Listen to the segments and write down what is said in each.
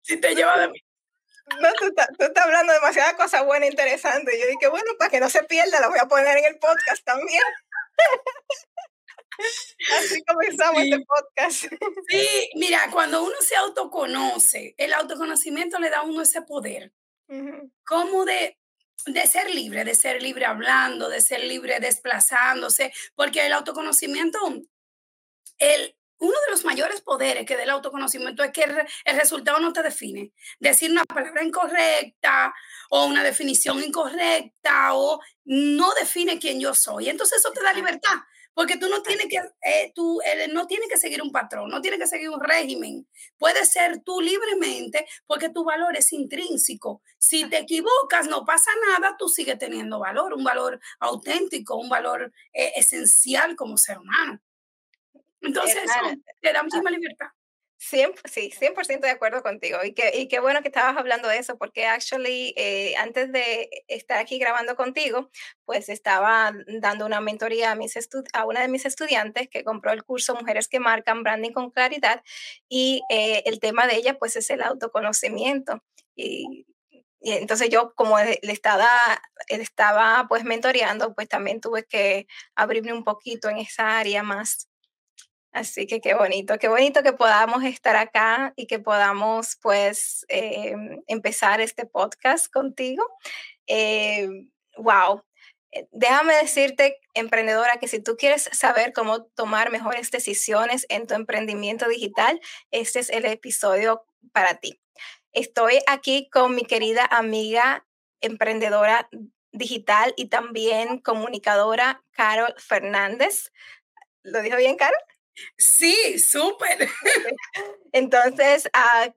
Si te lleva de mí. No, tú estás hablando demasiadas cosas buenas e interesantes. Yo dije, bueno, para que no se pierda, lo voy a poner en el podcast también. Así comenzamos este Sí. podcast. Sí, mira, cuando uno se autoconoce, el autoconocimiento le da a uno ese poder, Ujú. como de ser libre hablando, de ser libre desplazándose, porque el autoconocimiento, uno de los mayores poderes que da el autoconocimiento es que el resultado no te define. Decir una palabra incorrecta o una definición incorrecta o no define quién yo soy. Entonces eso te da Exacto. libertad, porque tú no tienes Así que, es. no tienes que seguir un patrón, no tienes que seguir un régimen. Puedes ser tú libremente porque tu valor es intrínseco. Si te equivocas, no pasa nada, tú sigues teniendo valor, un valor auténtico, un valor esencial como ser humano. Entonces, eso Hermana, te da ah, muchísima libertad. sí, 100% de acuerdo contigo. Y qué bueno que estabas hablando de eso, porque actually, antes de estar aquí grabando contigo, pues estaba dando una mentoría a una de mis estudiantes que compró el curso Mujeres que Marcan Branding con Claridad. Y el tema de ella, pues, es el autoconocimiento. Y, y entonces yo, como le estaba pues mentoreando, pues también tuve que abrirme un poquito en esa área más. Así que qué bonito que podamos estar acá y que podamos, pues, empezar este podcast contigo. Eh, wow. Déjame decirte, emprendedora, que si tú quieres saber cómo tomar mejores decisiones en tu emprendimiento digital, este es el episodio para ti. Estoy aquí con mi querida amiga emprendedora digital y también comunicadora, Carol Fernández. ¿Lo dijo bien, Carol? Sí, súper. Ok. Entonces,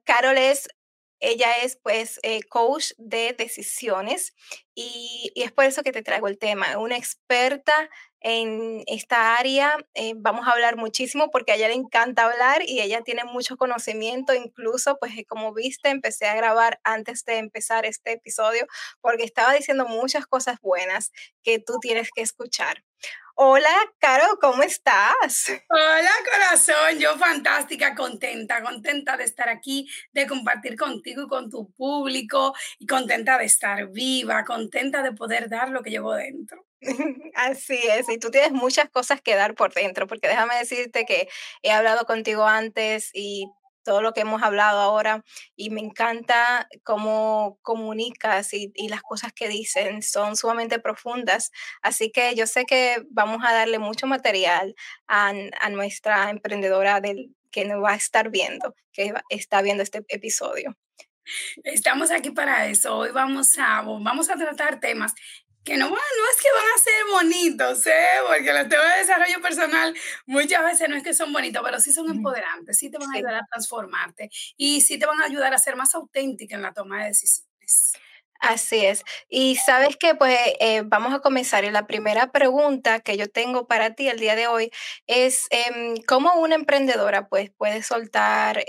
ella es pues coach de decisiones y es por eso que te traigo el tema. Una experta en esta área, vamos a hablar muchísimo porque a ella le encanta hablar y ella tiene mucho conocimiento, incluso pues como viste, empecé a grabar antes de empezar este episodio porque estaba diciendo muchas cosas buenas que tú tienes que escuchar. Hola, Caro, ¿cómo estás? Hola, corazón. Yo fantástica, contenta, contenta de estar aquí, de compartir contigo y con tu público, y contenta de estar viva, contenta de poder dar lo que llevo dentro. Así es, y tú tienes muchas cosas que dar por dentro, porque déjame decirte que he hablado contigo antes y todo lo que hemos hablado ahora, y me encanta cómo comunicas y las cosas que dicen son sumamente profundas. Así que yo sé que vamos a darle mucho material a nuestra emprendedora que nos va a estar viendo, está viendo este episodio. Estamos aquí para eso. Hoy vamos a tratar temas que no es que van a ser bonitos, porque los temas de desarrollo personal muchas veces no es que son bonitos, pero sí son Ujú. empoderantes, sí te van a Sí. ayudar a transformarte y sí te van a ayudar a ser más auténtica en la toma de decisiones. Así es. Y sabes que pues vamos a comenzar. Y la primera pregunta que yo tengo para ti el día de hoy es cómo una emprendedora pues puede soltar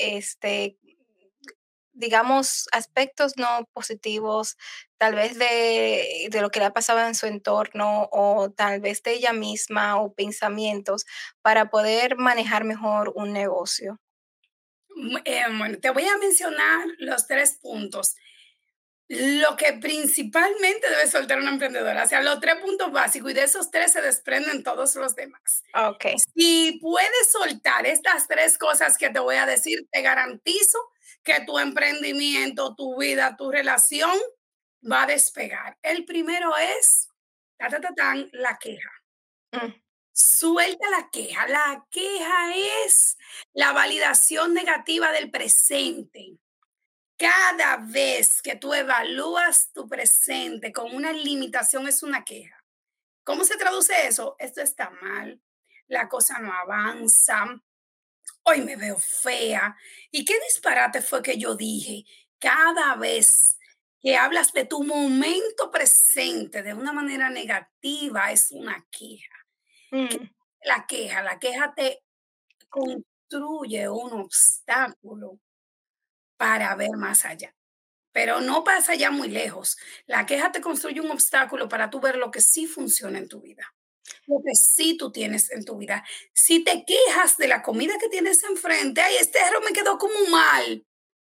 digamos, aspectos no positivos, tal vez de lo que le ha pasado en su entorno o tal vez de ella misma o pensamientos para poder manejar mejor un negocio. Bueno, te voy a mencionar los 3 puntos. Lo que principalmente debe soltar una emprendedora, o sea, los 3 puntos básicos y de esos 3 se desprenden todos los demás. Ok. Si puedes soltar estas 3 cosas que te voy a decir, te garantizo que tu emprendimiento, tu vida, tu relación va a despegar. El primero es, la queja. Mm, Suelta la queja. La queja es la validación negativa del presente. Cada vez que tú evalúas tu presente con una limitación es una queja. ¿Cómo se traduce eso? Esto está mal, la cosa no avanza, hoy me veo fea. ¿Y qué disparate fue que yo dije? Cada vez que hablas de tu momento presente de una manera negativa es una queja. ¿Qué mm, es la queja te construye un obstáculo para ver más allá. Pero no pasa ya muy lejos. La queja te construye un obstáculo para tú ver lo que sí funciona en tu vida, lo que sí tú tienes en tu vida. Si te quejas de la comida que tienes enfrente, ay, este arroz me quedó como mal.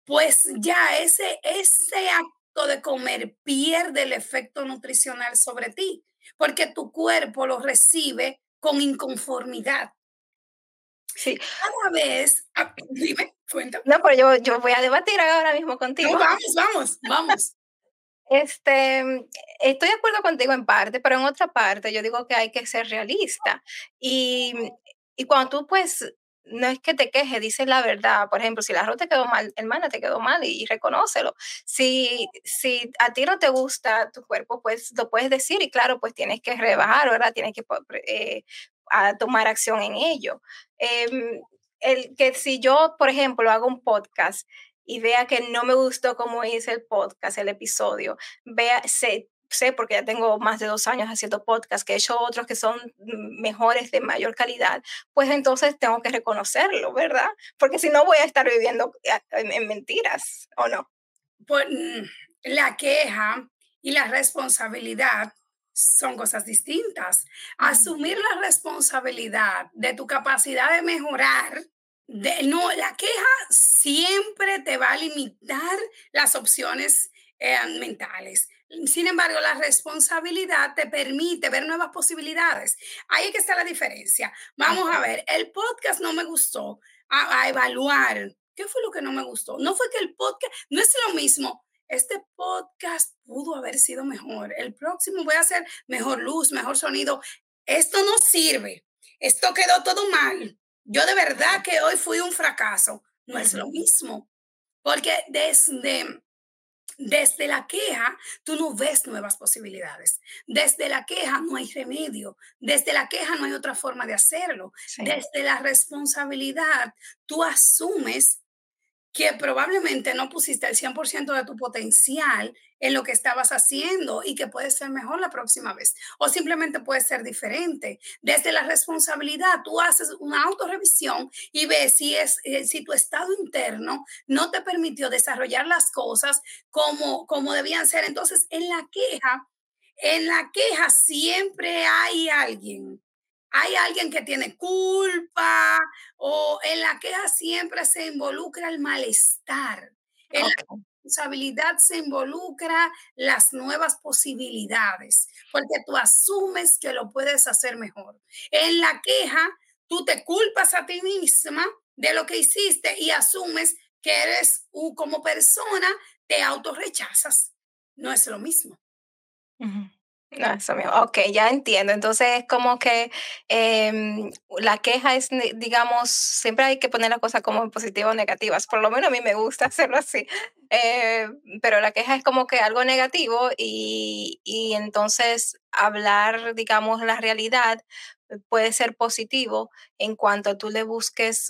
pues ya ese acto de comer pierde el efecto nutricional sobre ti, porque tu cuerpo lo recibe con inconformidad. Sí. Cada vez, dime, cuenta. No, pero yo voy a debatir ahora mismo No, contigo. vamos, vamos, vamos. Estoy de acuerdo contigo en parte, pero en otra parte yo digo que hay que ser realista. Y, y cuando tú, pues, no es que te quejes, dices la verdad. Por ejemplo, si el arroz te quedó mal, hermana, te quedó mal y reconócelo. Si a ti no te gusta tu cuerpo, pues lo puedes decir y claro, pues tienes que rebajar, ¿verdad? Tienes que a tomar acción en ello. Em, el que si yo, por ejemplo, hago un podcast y vea que no me gustó cómo hice el podcast, el episodio, sé porque ya tengo más de 2 años haciendo podcast, que he hecho otros que son mejores, de mayor calidad, pues entonces tengo que reconocerlo, ¿verdad? Porque si no voy a estar viviendo en mentiras, ¿o no? Pues, la queja y la responsabilidad son cosas distintas. Ujú. Asumir la responsabilidad de tu capacidad de mejorar, no, la queja siempre te va a limitar las opciones mentales. Sin embargo, la responsabilidad te permite ver nuevas posibilidades. Ahí es que está la diferencia. Vamos a Ok. ver, el podcast no me gustó, a evaluar. ¿Qué fue lo que no me gustó? No fue que el podcast, no es lo mismo. Este podcast pudo haber sido mejor. El próximo voy a hacer mejor luz, mejor sonido. Esto no sirve. Esto quedó todo mal. Yo de verdad que hoy fui un fracaso. No es lo Ujú. mismo. Porque desde la queja, tú no ves nuevas posibilidades. Desde la queja no hay remedio. Desde la queja no hay otra forma de hacerlo. Sí. Desde la responsabilidad, tú asumes que probablemente no pusiste el 100% de tu potencial en lo que estabas haciendo y que puede ser mejor la próxima vez o simplemente puede ser diferente. Desde la responsabilidad, tú haces una autorrevisión y ves si tu estado interno no te permitió desarrollar las cosas como debían ser. Entonces, en la queja siempre hay alguien que tiene culpa, o en la queja siempre se involucra el malestar. En la Ok. responsabilidad se involucra las nuevas posibilidades, porque tú asumes que lo puedes hacer mejor. En la queja, tú te culpas a ti misma de lo que hiciste y asumes que como persona, te autorrechazas. No es lo mismo. Ujú. No, eso mismo. Ok, ya entiendo. Entonces es como que la queja es, digamos, siempre hay que poner las cosas como positivas o negativas. Por lo menos a mí me gusta hacerlo así. Eh, pero la queja es como que algo negativo y entonces hablar, digamos, la realidad puede ser positivo en cuanto tú le busques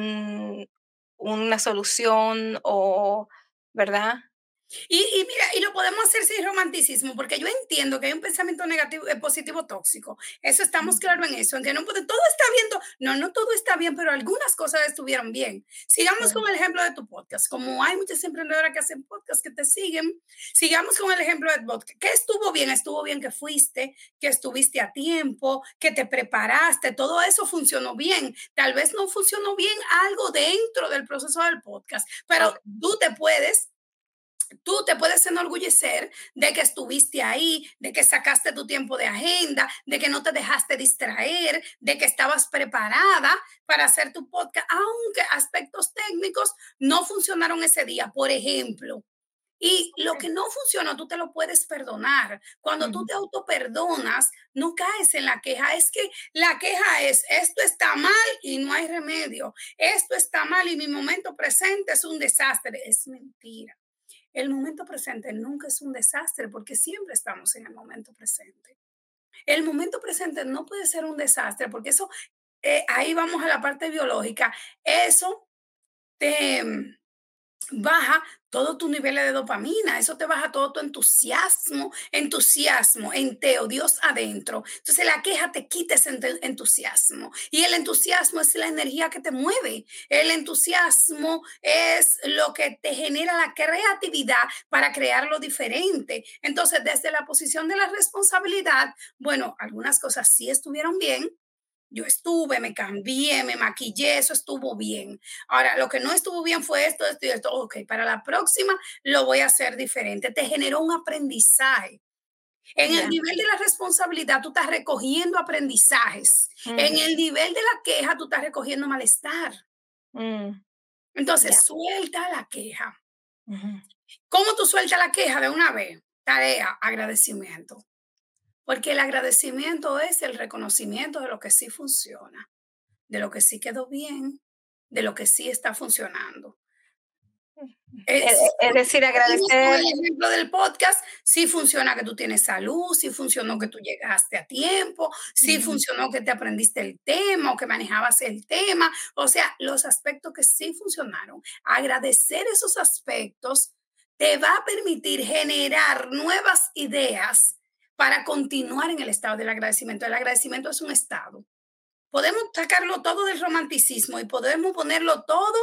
una solución o, ¿verdad? Y mira, y lo podemos hacer sin romanticismo, porque yo entiendo que hay un pensamiento negativo, positivo tóxico. Eso estamos claros en eso, en que no puede, todo está bien, no todo está bien, pero algunas cosas estuvieron bien. Sigamos con el ejemplo de tu podcast. Como hay muchas emprendedoras que hacen podcast que te siguen, sigamos con el ejemplo de podcast. ¿Qué estuvo bien? Estuvo bien que fuiste, que estuviste a tiempo, que te preparaste, todo eso funcionó bien. Tal vez no funcionó bien algo dentro del proceso del podcast, pero Ok. tú te puedes enorgullecer de que estuviste ahí, de que sacaste tu tiempo de agenda, de que no te dejaste distraer, de que estabas preparada para hacer tu podcast, aunque aspectos técnicos no funcionaron ese día, por ejemplo. Y lo que no funcionó, tú te lo puedes perdonar. Cuando tú Ujú. te autoperdonas, no caes en la queja. Es que la queja es, esto está mal y no hay remedio. Esto está mal y mi momento presente es un desastre. Es mentira. El momento presente nunca es un desastre porque siempre estamos en el momento presente. El momento presente no puede ser un desastre porque eso, ahí vamos a la parte biológica, eso te baja todo tu nivel de dopamina, eso te baja todo tu entusiasmo, enteo, Dios adentro. Entonces la queja te quita ese entusiasmo y el entusiasmo es la energía que te mueve. El entusiasmo es lo que te genera la creatividad para crear lo diferente. Entonces, desde la posición de la responsabilidad, bueno, algunas cosas sí estuvieron bien, Yo estuve, me cambié, me maquillé, eso estuvo bien. Ahora, lo que no estuvo bien fue esto, esto y esto. Ok, para la próxima lo voy a hacer diferente. Te generó un aprendizaje. En el Ya. nivel de la responsabilidad, tú estás recogiendo aprendizajes. En Ujú, el nivel de la queja, tú estás recogiendo malestar. mm, Entonces, ya. suelta la queja. Ujú, ¿Cómo tú sueltas la queja de una vez? Tarea, agradecimiento. Porque el agradecimiento es el reconocimiento de lo que sí funciona, de lo que sí quedó bien, de lo que sí está funcionando. Si Es decir, seguimos con agradecer. el ejemplo del podcast, sí funciona que tú tienes salud, sí funcionó que tú llegaste a tiempo, sí Ujú, funcionó que te aprendiste el tema o que manejabas el tema, o sea, los aspectos que sí funcionaron. Agradecer esos aspectos te va a permitir generar nuevas ideas para continuar en el estado del agradecimiento. El agradecimiento es un estado. Podemos sacarlo todo del romanticismo y podemos ponerlo todo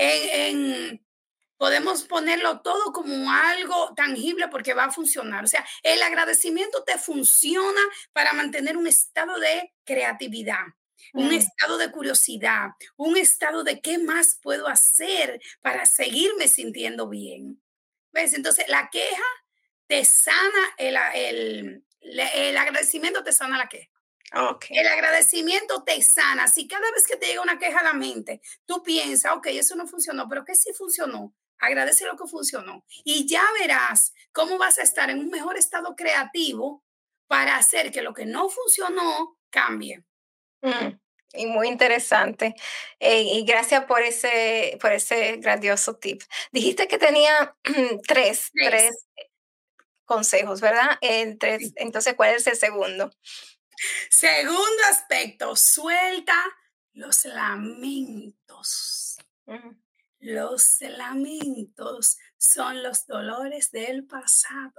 en podemos ponerlo todo como algo tangible porque va a funcionar. O sea, el agradecimiento te funciona para mantener un estado de creatividad, un mm, estado de curiosidad, un estado de qué más puedo hacer para seguirme sintiendo bien. ¿Ves? Entonces, la queja te sana, el agradecimiento te sana la queja. okey. El agradecimiento te sana. Si cada vez que te llega una queja a la mente, tú piensas, ok, eso no funcionó, pero ¿qué sí funcionó? Agradece lo que funcionó. Y ya verás cómo vas a estar en un mejor estado creativo para hacer que lo que no funcionó cambie. Mm, y muy interesante. Y gracias por ese grandioso tip. Dijiste que tenía 3 Tres. consejos, ¿verdad? Sí. Entonces, ¿cuál es el segundo? Segundo aspecto, suelta los lamentos. Ujú, Los lamentos son los dolores del pasado.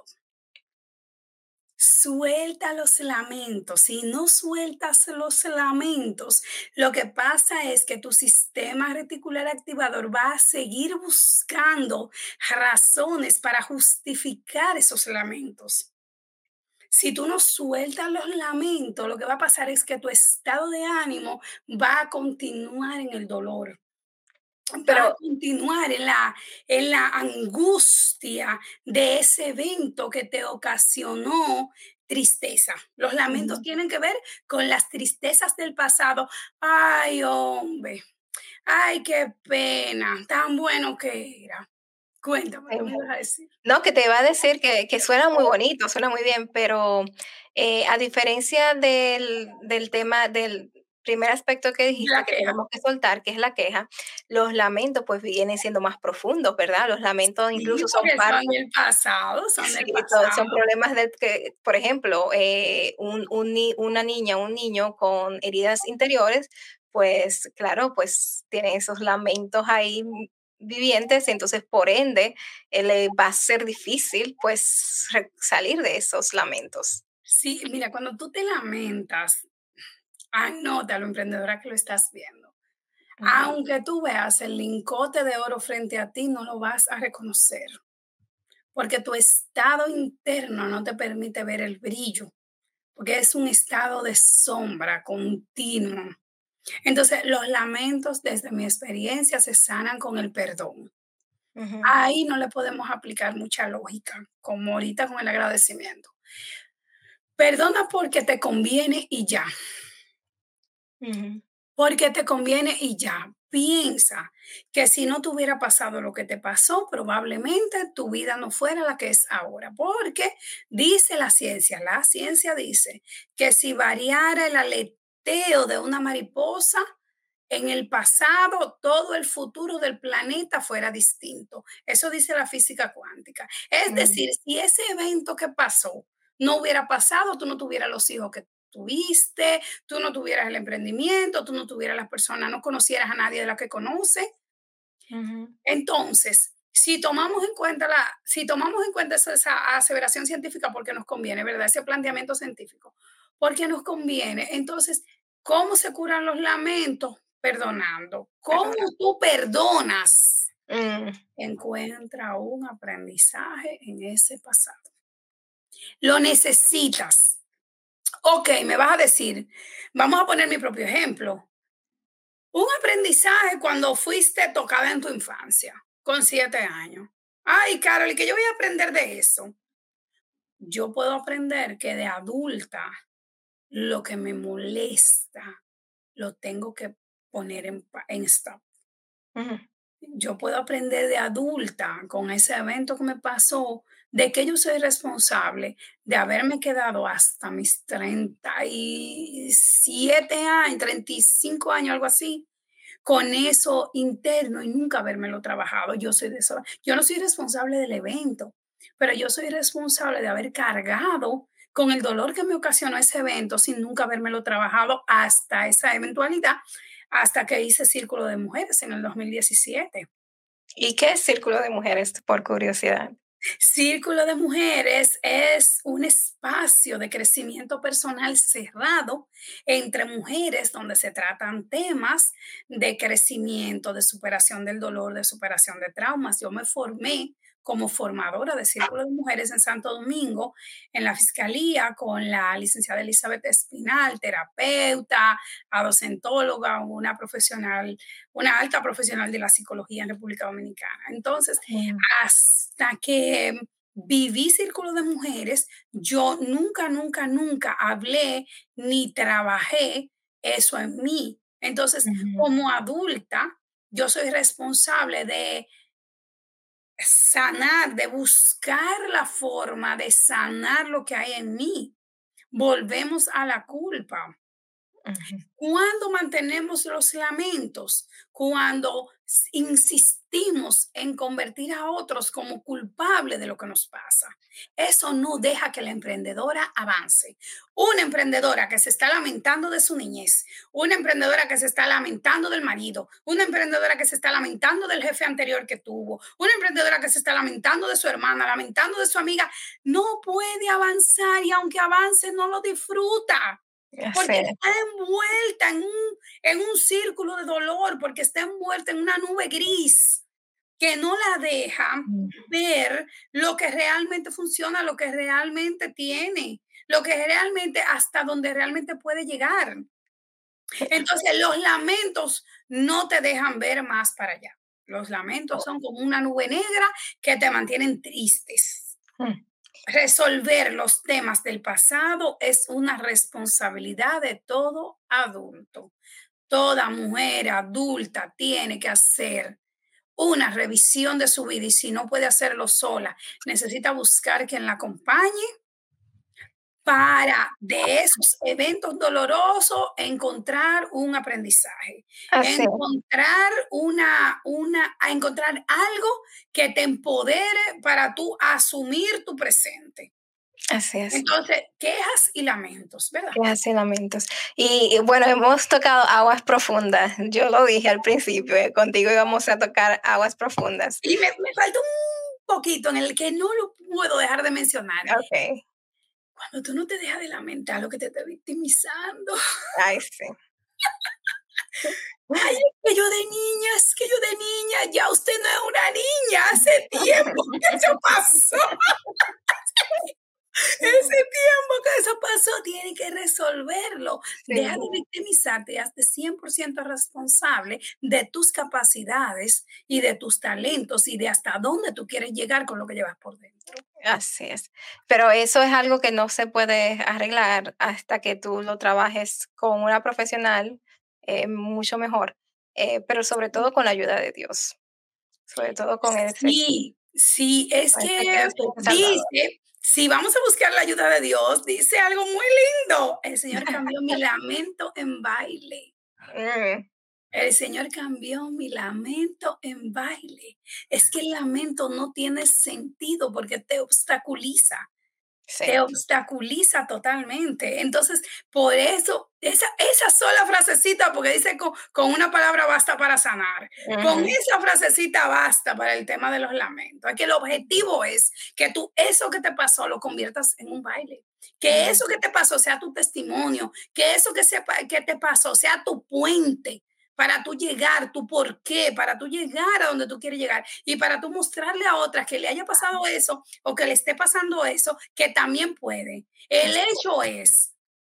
Suelta los lamentos. Si no sueltas los lamentos, lo que pasa es que tu sistema reticular activador va a seguir buscando razones para justificar esos lamentos. Si tú no sueltas los lamentos, lo que va a pasar es que tu estado de ánimo va a continuar en el dolor, va a pero continuar en la angustia de ese evento que te ocasionó tristeza. Los lamentos ujú. tienen que ver con las tristezas del pasado. Ay, hombre, ay, qué pena, tan bueno que era. Cuéntame, ¿qué me ibas a decir? No, que te iba a decir que suena muy bonito, suena muy bien, pero, a diferencia del tema del primer aspecto que De dijiste la que queja. tenemos que soltar, que es la queja, los lamentos, pues, vienen siendo más profundos, ¿verdad? Los lamentos Sí, incluso son porque son parte. del pasado, son Sí, del pasado. son problemas del que, por ejemplo, una niña, un niño con heridas interiores, pues claro, pues tiene esos lamentos ahí vivientes, entonces por ende le va a ser difícil pues salir de esos lamentos. Sí, mira, cuando tú te lamentas, anótalo, emprendedora que lo estás viendo. Ujú, Aunque tú veas el lingote de oro frente a ti, no lo vas a reconocer, porque tu estado interno no te permite ver el brillo, porque es un estado de sombra continuo. Entonces, los lamentos, desde mi experiencia, se sanan con el perdón. ujú, Ahí no le podemos aplicar mucha lógica, como ahorita con el agradecimiento. Perdona porque te conviene y ya. ujú, Porque te conviene y ya. Piensa que si no te hubiera pasado lo que te pasó, probablemente tu vida no fuera la que es ahora. Porque dice la ciencia dice que si variara el aleteo de una mariposa en el pasado, todo el futuro del planeta fuera distinto. Eso dice la física cuántica. Es ujú, decir, si ese evento que pasó no hubiera pasado, tú no tuvieras los hijos que tuviste, tú no tuvieras el emprendimiento, tú no tuvieras las personas, no conocieras a nadie de la que conoces. ujú, Entonces, si tomamos en cuenta esa aseveración científica porque nos conviene, ¿verdad? Ese planteamiento científico, porque nos conviene. Entonces, ¿cómo se curan los lamentos? Perdonando. ¿Cómo perdona. tú perdonas? Mm, Encuentra un aprendizaje en ese pasado. Lo necesitas. Ok, me vas a decir, vamos a poner mi propio ejemplo. Un aprendizaje cuando fuiste tocada en tu infancia, con 7 años. Ay, Carol, ¿y qué yo voy a aprender de eso? Yo puedo aprender que de adulta lo que me molesta lo tengo que poner en stop. Ujú, Yo puedo aprender de adulta con ese evento que me pasó, de que yo soy responsable de haberme quedado hasta mis 37 años, 35 años, algo así, con eso interno y nunca habérmelo trabajado. Yo soy de eso. Yo no soy responsable del evento, pero yo soy responsable de haber cargado con el dolor que me ocasionó ese evento sin nunca habérmelo trabajado hasta esa eventualidad, hasta que hice Círculo de Mujeres en el 2017. ¿y qué es Círculo de Mujeres, por curiosidad? Círculo de Mujeres es un espacio de crecimiento personal cerrado entre mujeres donde se tratan temas de crecimiento, de superación del dolor, de superación de traumas. Yo me formé como formadora de Círculo de Mujeres en Santo Domingo, en la Fiscalía, con la licenciada Elizabeth Espinal, terapeuta, docentóloga, una profesional, una alta profesional de la psicología en República Dominicana. Entonces, Mm, hasta que viví Círculo de Mujeres, yo nunca, nunca, nunca hablé ni trabajé eso en mí. Entonces, ujú, como adulta, yo soy responsable de sanar, de buscar la forma de sanar lo que hay en mí. Volvemos a la culpa. ujú. Cuando mantenemos los lamentos, cuando insistimos en convertir a otros como culpables de lo que nos pasa, eso no deja que la emprendedora avance. Una emprendedora que se está lamentando de su niñez, una emprendedora que se está lamentando del marido, una emprendedora que se está lamentando del jefe anterior que tuvo, una emprendedora que se está lamentando de su hermana, lamentando de su amiga, no puede avanzar y aunque avance no lo disfruta Así porque es. está envuelta en un círculo de dolor, porque está envuelta en una nube gris que no la deja Mm. ver lo que realmente funciona, lo que realmente tiene, lo que realmente, hasta donde realmente puede llegar. Entonces, los lamentos no te dejan ver más para allá. Los lamentos Oh, son como una nube negra que te mantienen tristes. mm, Resolver los temas del pasado es una responsabilidad de todo adulto. Toda mujer adulta tiene que hacer una revisión de su vida y si no puede hacerlo sola, necesita buscar quien la acompañe para de esos eventos dolorosos encontrar un aprendizaje, así es, encontrar a encontrar algo que te empodere para tú asumir tu presente. así es. Entonces, quejas y lamentos, ¿verdad? Quejas y lamentos. Y bueno, hemos tocado aguas profundas. Yo lo dije al principio, contigo íbamos a tocar aguas profundas. Y me falta un poquito en el que no lo puedo dejar de mencionar. Ok. Cuando tú no te dejas de lamentar lo que te está victimizando. Ay, sí. Ay, es que yo de niña, ya usted no es una niña, hace tiempo que eso pasó. Ese tiempo que eso pasó, tiene que resolverlo. Deja Sí, de victimizarte y hazte 100% responsable de tus capacidades y de tus talentos y de hasta dónde tú quieres llegar con lo que llevas por dentro. así es. Pero eso es algo que no se puede arreglar hasta que tú lo trabajes con una profesional, mucho mejor, pero sobre todo con la ayuda de Dios, sobre todo Sí, sí, es con ese que Cristo Salvador. dice, si vamos a buscar la ayuda de Dios, dice algo muy lindo. El Señor cambió mi lamento en baile. Mm, El Señor cambió mi lamento en baile. Es que el lamento no tiene sentido porque sí. te obstaculiza totalmente. Entonces, por eso, esa sola frasecita, porque dice con una palabra basta para sanar, con Ujú, esa frasecita basta para el tema de los lamentos. Es que el objetivo es que tú eso que te pasó lo conviertas en un baile. Que ujú. eso que te pasó sea tu testimonio, que eso que te pasó sea tu puente para tú llegar, tu por qué, para tú llegar a donde tú quieres llegar y para tú mostrarle a otras que le haya pasado eso o que le esté pasando eso, que también puede. El Así hecho es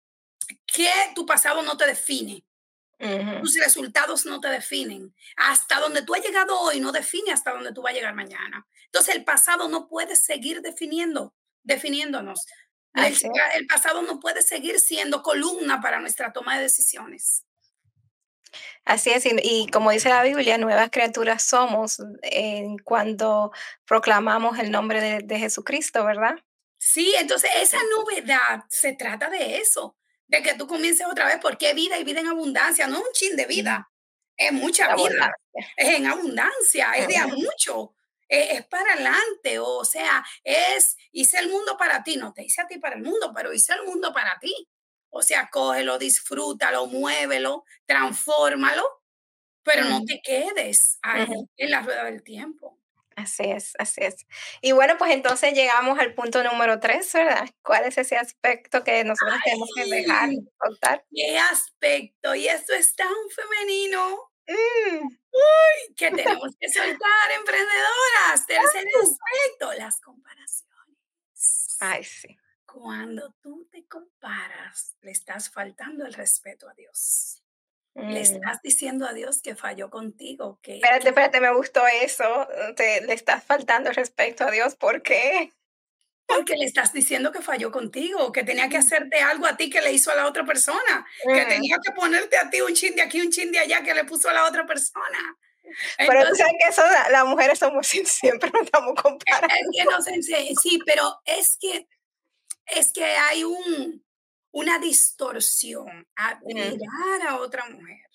que tu pasado no te define. Ujú. Tus resultados no te definen. Hasta donde tú has llegado hoy no define hasta donde tú vas a llegar mañana. Entonces el pasado no puede seguir definiéndonos. El, Así es. el pasado no puede seguir siendo columna para nuestra toma de decisiones. Así es, y como dice la Biblia, nuevas criaturas somos cuando proclamamos el nombre de Jesucristo, ¿verdad? Sí, entonces esa novedad se trata de eso, de que tú comiences otra vez, porque vida y vida en abundancia, no es un chin de Ujú. vida, es mucha La vida, abundancia. es en abundancia, es de a Ujú. mucho, es para adelante, o sea, hice el mundo para ti, no te hice a ti para el mundo, pero hice el mundo para ti. O sea, cógelo, disfrútalo, muévelo, transfórmalo, pero no Ujú. te quedes ahí Ujú. en la rueda del tiempo. Así es, así es. Y bueno, pues entonces llegamos al punto número 3, ¿verdad? ¿Cuál es ese aspecto que nosotros tenemos que dejar, ¡Ay! soltar? ¡Qué aspecto! Y esto es tan femenino. Mm. Que tenemos que soltar, emprendedoras. Tercer aspecto, las comparaciones. Ay, sí. Cuando tú te comparas, le estás faltando el respeto a Dios. Le Mm. estás diciendo a Dios que falló contigo, Espérate, espérate, me gustó eso. Le estás faltando el respeto a Dios, ¿por qué? porque le estás diciendo que falló contigo, que tenía que Mm. hacerte algo a ti que le hizo a la otra persona, que Ujú. tenía que ponerte a ti un chin de aquí, un chin de allá que le puso a la otra persona. Pero tú Entonces, sabes que eso, las mujeres somos siempre nos estamos es que comparando. no sé, sí, pero es que hay una distorsión. Mm. Admirar a otra mujer,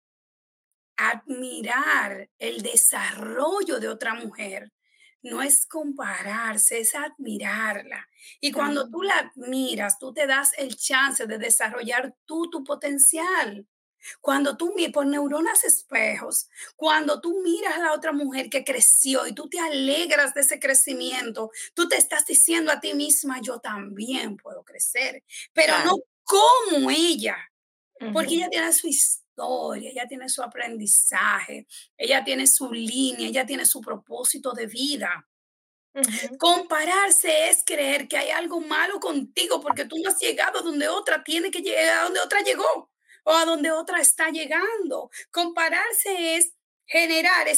admirar el desarrollo de otra mujer, no es compararse, es admirarla. Y cuando tú Ujú. la admiras, tú te das el chance de desarrollar tú tu potencial. Cuando tú miras por neuronas espejos, cuando tú miras a la otra mujer que creció y tú te alegras de ese crecimiento, tú te estás diciendo a ti misma, yo también puedo crecer, pero no Claro. como ella, porque Ujú. ella tiene su historia, ella tiene su aprendizaje, ella tiene su línea, ella tiene su propósito de vida. Ujú. Compararse es creer que hay algo malo contigo porque tú no has llegado a donde otra tiene que llegar, a donde otra llegó o a donde otra está llegando. Compararse es generar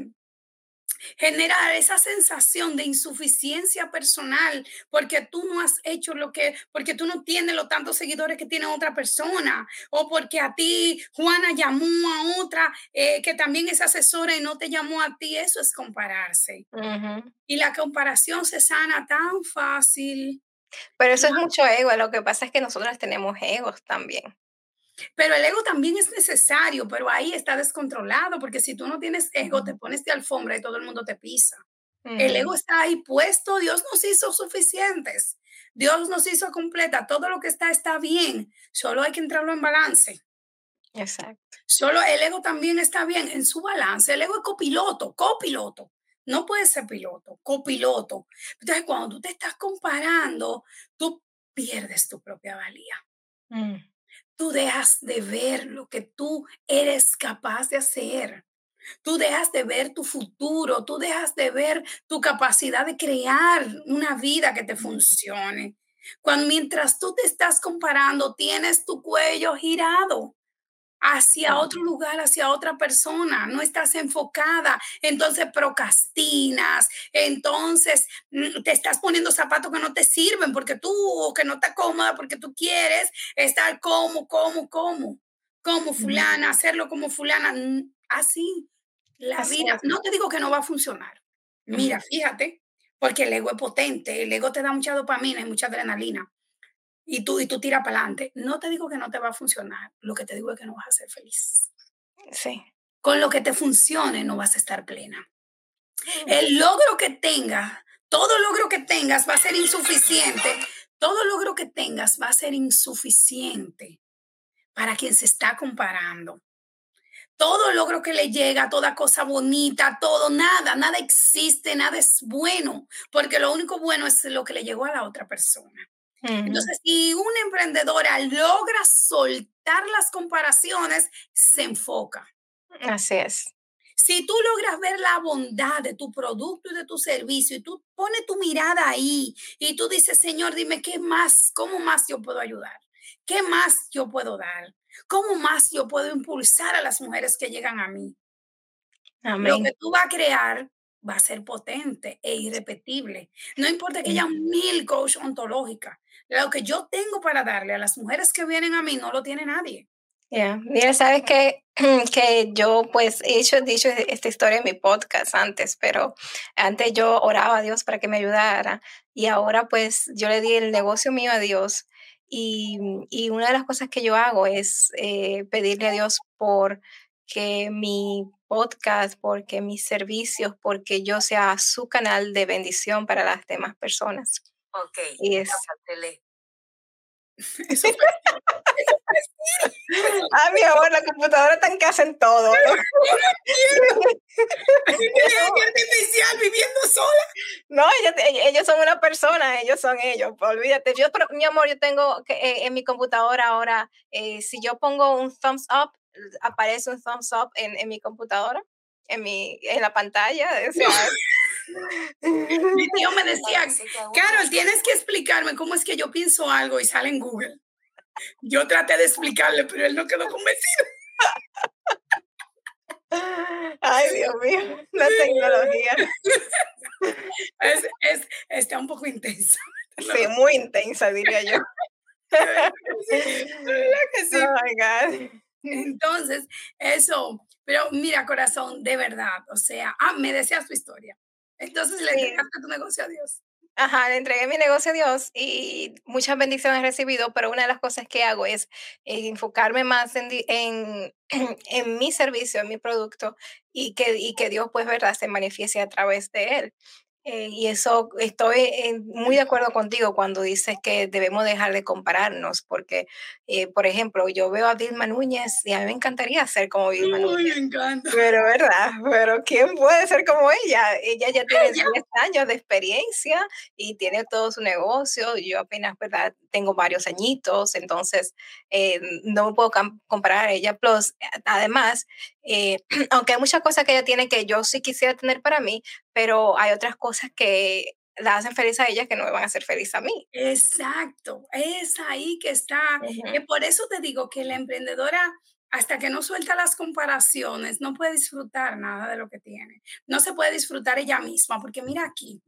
generar esa sensación de insuficiencia personal porque tú no has hecho porque tú no tienes los tantos seguidores que tiene otra persona o porque a ti Juana llamó a otra que también es asesora y no te llamó a ti. Eso es compararse. Ujú. Y la comparación se sana tan fácil. Pero eso es mucho ego, lo que pasa es que nosotras tenemos egos también. Pero el ego también es necesario, pero ahí está descontrolado, porque si tú no tienes ego, te Ujú. pones de alfombra y todo el mundo te pisa. El Ujú. ego está ahí puesto, Dios nos hizo suficientes, Dios nos hizo completa, todo lo que está bien, solo hay que entrarlo en balance. Exacto. Solo el ego también está bien en su balance. El ego es copiloto, copiloto. No puede ser piloto, copiloto. Entonces, cuando tú te estás comparando, tú pierdes tu propia valía. Mm. Tú dejas de ver lo que tú eres capaz de hacer. Tú dejas de ver tu futuro, tú dejas de ver tu capacidad de crear una vida que te funcione. Cuando mientras tú te estás comparando, tienes tu cuello girado hacia Claro. otro lugar, hacia otra persona, no estás enfocada, entonces procrastinas, entonces te estás poniendo zapatos que no te sirven porque tú, o que no estás cómoda porque tú quieres estar como Ujú. fulana, hacerlo como fulana, así la Así vida, es. no te digo que no va a funcionar, Ujú. mira, fíjate, porque el ego es potente, el ego te da mucha dopamina y mucha adrenalina, y tú tiras para adelante. No te digo que no te va a funcionar, lo que te digo es que no vas a ser feliz. Sí. Con lo que te funcione no vas a estar plena. Mm. El logro que tengas, todo logro que tengas va a ser insuficiente. Todo logro que tengas va a ser insuficiente para quien se está comparando. Todo logro que le llega, toda cosa bonita, todo, nada existe, nada es bueno, porque lo único bueno es lo que le llegó a la otra persona. Ujú. Entonces, si una emprendedora logra soltar las comparaciones, se enfoca. Así es. Si tú logras ver la bondad de tu producto y de tu servicio y tú pones tu mirada ahí y tú dices, Señor, dime qué más, cómo más yo puedo ayudar. ¿Qué más yo puedo dar? ¿Cómo más yo puedo impulsar a las mujeres que llegan a mí? Lo Amén. que tú vas a crear va a ser potente e irrepetible. No importa que haya 1000 coach ontológicas. Lo que yo tengo para darle a las mujeres que vienen a mí no lo tiene nadie. Mira, sabes que, que yo pues dicho esta historia en mi podcast antes, pero antes yo oraba a Dios para que me ayudara y ahora pues yo le di el negocio mío a Dios y una de las cosas que yo hago es pedirle a Dios por que mi podcast, porque mis servicios, porque yo sea su canal de bendición para las demás personas. Ok, Y ya es, tele. Eso fue así. Eso fue así. Eso mi amor, la computadora está en casa en todo, ¿no? yo no entiendo. Inteligencia artificial viviendo sola. No, ellos son una persona, ellos son ellos, olvídate. Pero, mi amor, yo tengo que, en mi computadora ahora, si yo pongo un thumbs up, aparece un thumbs up en mi computadora, en la pantalla, o sea. Mi tío me decía, Necesita uno. Carol, tienes que explicarme cómo es que yo pienso algo y sale en Google. Yo traté de explicarle, pero él no quedó convencido. Ay, Dios mío, la tecnología. Está un poco intenso. Sí, muy intensa, diría yo. De verdad que sí, de verdad que Oh sí. my God. Entonces, eso, pero mira, corazón, de verdad, o sea, me deseas tu historia. Entonces le Sí, entregaste tu negocio a Dios. ajá, le entregué mi negocio a Dios y muchas bendiciones he recibido, pero una de las cosas que hago es enfocarme más en mi servicio, en mi producto y que Dios, pues, verdad, se manifieste a través de él. Y eso estoy muy de acuerdo contigo cuando dices que debemos dejar de compararnos, porque, por ejemplo, yo veo a Vilma Núñez y a mí me encantaría ser como Vilma Uy, me Núñez. encanta. Pero, ¿verdad? Pero ¿quién puede ser como ella? Ella ya tiene Ella. 10 años de experiencia y tiene todo su negocio. Yo apenas, ¿verdad? Tengo varios añitos, entonces no me puedo comparar a ella. Plus, además, aunque hay muchas cosas que ella tiene que yo sí quisiera tener para mí, pero hay otras cosas que la hacen feliz a ella que no me van a hacer feliz a mí. Exacto, es ahí que está. Ujú, Que por eso te digo que la emprendedora, hasta que no suelta las comparaciones, no puede disfrutar nada de lo que tiene. No se puede disfrutar ella misma, porque mira aquí,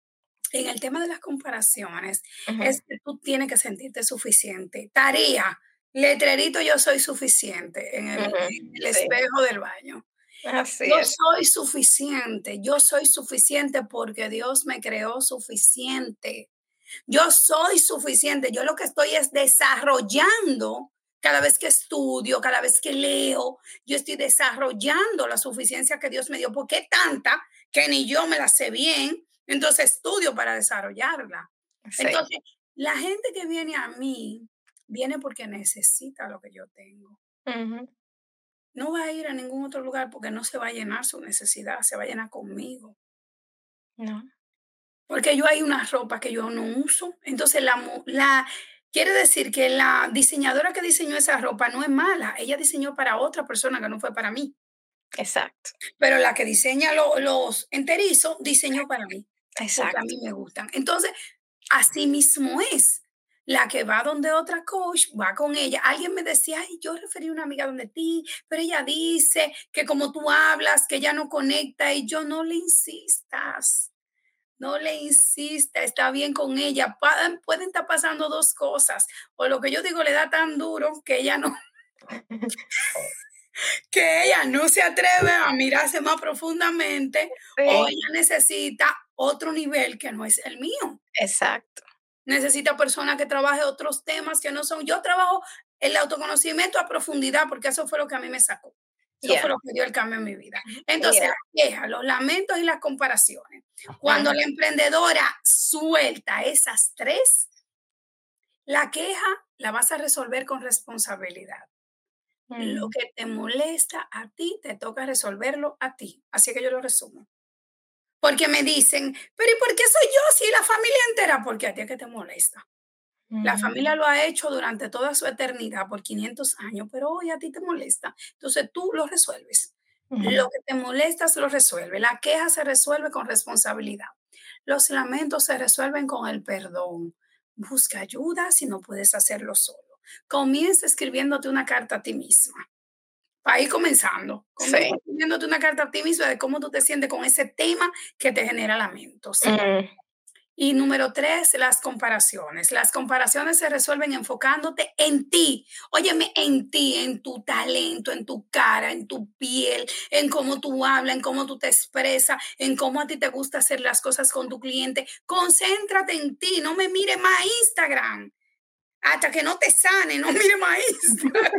en el tema de las comparaciones, ujú. es que tú tienes que sentirte suficiente. Tarea, letrerito, yo soy suficiente Ujú, en el sí, espejo del baño. así Yo es. soy suficiente, yo soy suficiente porque Dios me creó suficiente. Yo soy suficiente. Yo lo que estoy es desarrollando cada vez que estudio, cada vez que leo, yo estoy desarrollando la suficiencia que Dios me dio, porque es tanta que ni yo me la sé bien, entonces estudio para desarrollarla. Sí. Entonces, la gente que viene a mí, viene porque necesita lo que yo tengo. Ujú, No va a ir a ningún otro lugar porque no se va a llenar su necesidad, se va a llenar conmigo. no, Porque yo hay una ropa que yo no uso. Entonces, quiere decir que la diseñadora que diseñó esa ropa no es mala. Ella diseñó para otra persona que no fue para mí. exacto, Pero la que diseña los enterizos, diseñó para mí, porque a exacto. mí me gustan. Entonces, así mismo es. La que va donde otra coach, va con ella. Alguien me decía, ay, yo referí a una amiga donde ti, pero ella dice que como tú hablas, que ella no conecta y yo no le insistas. No le insista, está bien con ella. Pueden estar pasando dos cosas. O lo que yo digo le da tan duro que ella no, que ella no se atreve a mirarse más profundamente, o Sí, ella necesita otro nivel que no es el mío. exacto. Necesita personas que trabaje otros temas que no son. Yo trabajo el autoconocimiento a profundidad porque eso fue lo que a mí me sacó. Eso fue Ya, lo que dio el cambio en mi vida. Entonces, ya. la queja, los lamentos y las comparaciones. Cuando la emprendedora suelta esas tres, la queja la vas a resolver con responsabilidad. Lo Ujú, que te molesta a ti, te toca resolverlo a ti. Así que yo lo resumo. Porque me dicen, pero ¿y por qué soy yo si la familia entera? Porque a ti es que te molesta. La ujú, familia lo ha hecho durante toda su eternidad, por 500 años, pero hoy a ti te molesta. Entonces tú lo resuelves. Lo ujú, que te molesta se lo resuelve. La queja se resuelve con responsabilidad. Los lamentos se resuelven con el perdón. Busca ayuda si no puedes hacerlo solo. comienza escribiéndote una carta a ti misma. Para ir comenzando, comienza Sí. escribiéndote una carta a ti misma de cómo tú te sientes con ese tema que te genera lamentos. Mm, Y número 3, las comparaciones. Las comparaciones se resuelven enfocándote en ti. Óyeme, en ti, en tu talento, en tu cara, en tu piel, en cómo tú hablas, en cómo tú te expresas, en cómo a ti te gusta hacer las cosas con tu cliente. Concéntrate en ti, no me mire más Instagram. Hasta que no te sane, no mire más Instagram.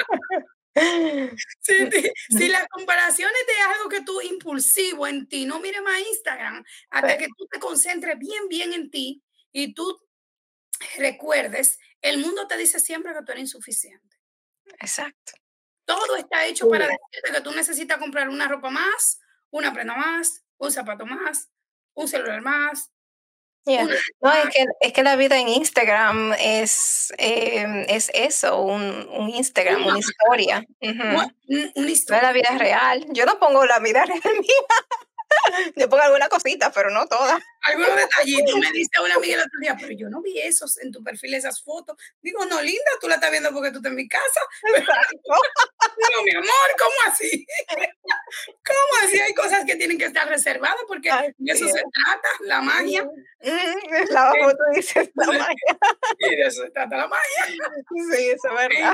Si las comparaciones de algo que tú impulsivo en ti, no mire más Instagram, hasta sí, que tú te concentres bien en ti y tú recuerdes, el mundo te dice siempre que tú eres insuficiente. exacto. Todo está hecho para Sí. decirte que tú necesitas comprar una ropa más, una prenda más, un zapato más, un celular más, Yeah. una No, más, es que la vida en Instagram es eso, un un Instagram, una más, historia. Ujú. una No es la historia. vida real. Yo no pongo la vida real mía. Yo pongo alguna cosita, pero no todas. Algunos detallitos. Me dice una amiga el otro día, pero yo no vi esos en tu perfil, esas fotos. Digo, no, linda, tú la estás viendo porque tú estás en mi casa. Pero Exacto. no, mi amor, ¿cómo así? ¿Cómo así? Hay cosas que tienen que estar reservadas porque Así de eso se es. trata, la magia. Como tú dices, la magia. Y de eso se trata la magia. Sí, eso es verdad.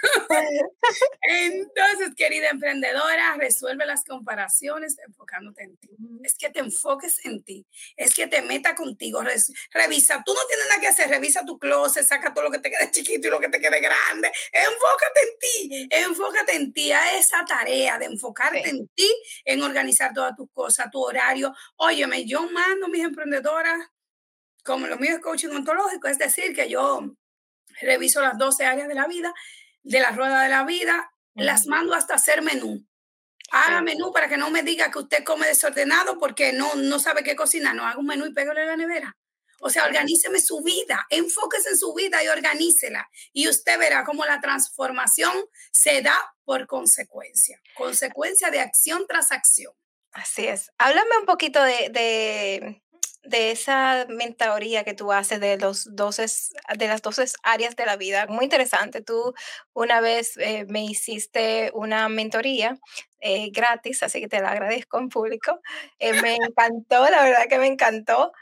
Entonces, querida emprendedora, resuelve las comparaciones enfocándote en ti. Es que te enfoques en ti, es que te meta contigo, revisa, tú no tienes nada que hacer, revisa tu closet, saca todo lo que te quede chiquito y lo que te quede grande, enfócate en ti, a esa tarea de enfocarte Sí. en ti, en organizar todas tus cosas, tu horario. Óyeme, yo mando a mis emprendedoras, como lo mío es coaching ontológico, es decir, que yo reviso las 12 áreas de la vida, de la rueda de la vida, las Ujú. mando hasta hacer menú. Haga Sí. menú para que no me diga que usted come desordenado porque no sabe qué cocinar. No, haga un menú y pégale a la nevera. O sea, Sí. organíceme su vida, enfóquese en su vida y organícela. Y usted verá cómo la transformación se da por consecuencia. Consecuencia de acción tras acción. Así es. Háblame un poquito de esa mentoría que tú haces de las 12 áreas de la vida. Muy interesante. Tú una vez me hiciste una mentoría gratis, así que te la agradezco en público. Me encantó, la verdad que me encantó.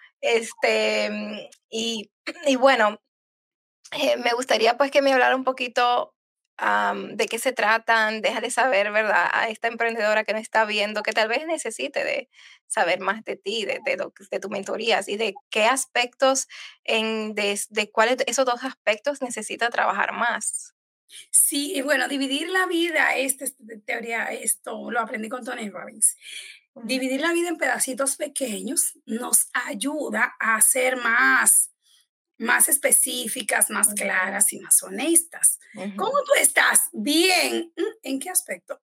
Y, y bueno, me gustaría pues que me hablara un poquito de qué se tratan, déjale saber, ¿verdad? A esta emprendedora que nos está viendo, que tal vez necesite de saber más de ti, de tu mentorías y de qué aspectos, de cuáles de esos dos aspectos necesita trabajar más. Sí, y bueno, dividir la vida, esta es teoría, esto lo aprendí con Tony Robbins. Ujú, Dividir la vida en pedacitos pequeños nos ayuda a ser más específicas, más ujú, claras y más honestas. ¿Cómo ujú. tú estás? Bien. ¿En qué aspecto?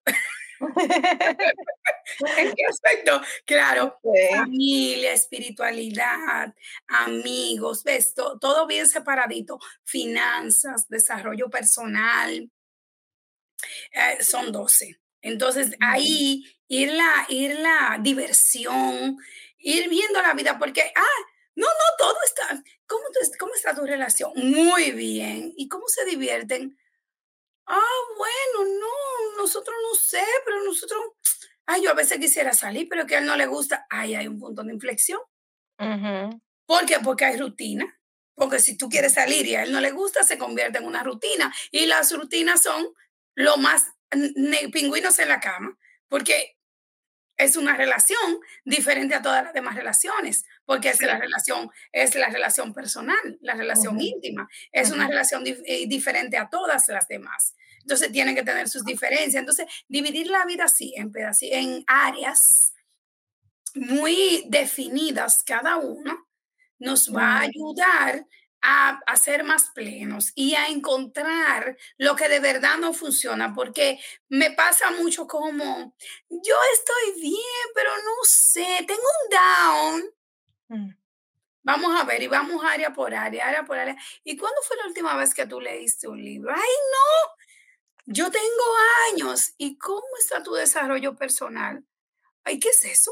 ¿En qué aspecto? Claro, Sí, familia, espiritualidad, amigos, ves, todo bien separadito, finanzas, desarrollo personal, son 12. Entonces, ujú, ahí ir la diversión, ir viendo la vida, porque, no, todo está, ¿cómo está tu relación? Muy bien. ¿Y cómo se divierten? Bueno, no, nosotros no sé, pero nosotros, yo a veces quisiera salir, pero que a él no le gusta. Hay un punto de inflexión. ujú, ¿Por qué? Porque hay rutina. Porque si tú quieres salir y a él no le gusta, se convierte en una rutina. Y las rutinas son lo más pingüinos en la cama, porque es una relación diferente a todas las demás relaciones, porque sí, es la relación personal, la relación ujú, íntima, es ujú, una relación diferente a todas las demás. Entonces tienen que tener sus diferencias. Entonces, dividir la vida así, en áreas muy definidas cada uno, nos va a ujú. ayudar a ser más plenos y a encontrar lo que de verdad no funciona, porque me pasa mucho como, yo estoy bien, pero no sé, tengo un down. Mm. Vamos a ver y vamos área por área, área por área. ¿Y cuándo fue la última vez que tú leíste un libro? Ay, yo tengo años. ¿Y cómo está tu desarrollo personal? Ay, ¿qué es eso?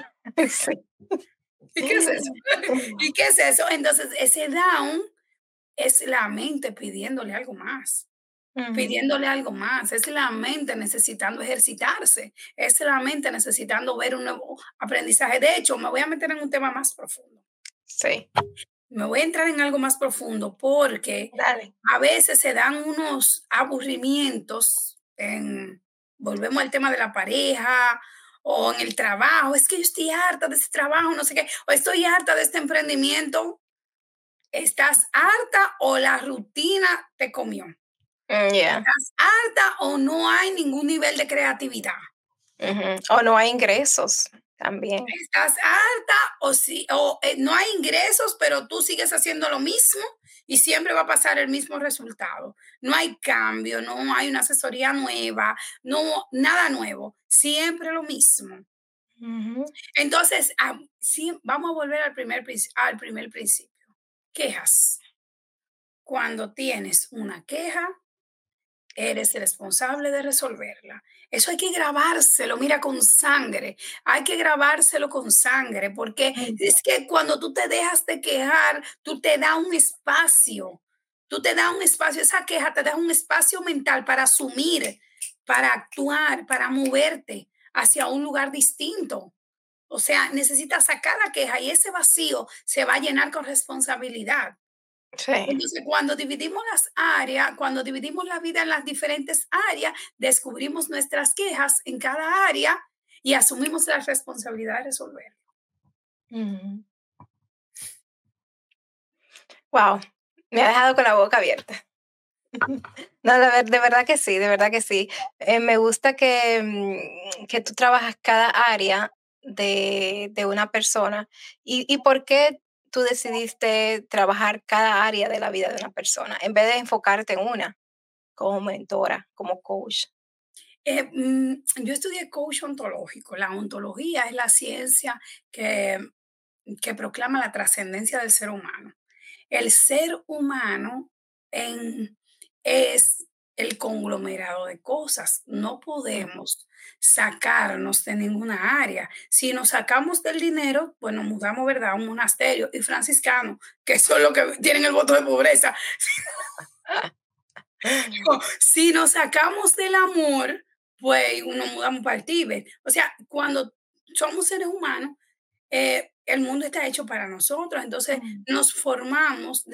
Sí. ¿Y qué es eso? ¿Y qué es eso? Entonces, ese down es la mente pidiéndole algo más. Ujú. Pidiéndole algo más, es la mente necesitando ejercitarse, es la mente necesitando ver un nuevo aprendizaje. De hecho, me voy a meter en un tema más profundo. Sí, Me voy a entrar en algo más profundo porque dale. a veces se dan unos aburrimientos volvemos al tema de la pareja o en el trabajo. Es que yo estoy harta de ese trabajo, no sé qué, o estoy harta de este emprendimiento. ¿Estás harta o la rutina te comió? Ya. ¿Estás harta o no hay ningún nivel de creatividad? Ujú. O no hay ingresos también. ¿Estás harta o sí, o no hay ingresos, pero tú sigues haciendo lo mismo y siempre va a pasar el mismo resultado? No hay cambio, no hay una asesoría nueva, no, nada nuevo, siempre lo mismo. Ujú. Entonces, sí, vamos a volver al primer principio. Quejas. Cuando tienes una queja, eres el responsable de resolverla. Eso hay que grabárselo, mira, con sangre. Hay que grabárselo con sangre, porque Mm. es que cuando tú te dejas de quejar, tú te das un espacio. Tú te das un espacio, esa queja te da un espacio mental para asumir, para actuar, para moverte hacia un lugar distinto. O sea, necesitas sacar la queja y ese vacío se va a llenar con responsabilidad. Sí. Entonces, cuando dividimos las áreas, cuando dividimos la vida en las diferentes áreas, descubrimos nuestras quejas en cada área y asumimos la responsabilidad de resolver. Ujú. Guau, me ha dejado con la boca abierta. No, de verdad que sí, de verdad que sí. Me gusta que tú trabajas cada área de una persona. ¿Y por qué tú decidiste trabajar cada área de la vida de una persona en vez de enfocarte en una, como mentora, como coach? Yo estudié coach ontológico. La ontología es la ciencia que, que proclama la trascendencia del ser humano. El ser humano en- es el conglomerado de cosas. No Ujú. podemos sacarnos de ninguna área. Si nos sacamos del dinero, pues nos mudamos, ¿verdad?, a un monasterio y franciscano, que son los que tienen el voto de pobreza. Si nos sacamos del amor, pues nos mudamos para el Tíbet. O sea, cuando somos seres humanos, el mundo está hecho para nosotros, entonces Mm. nos formamos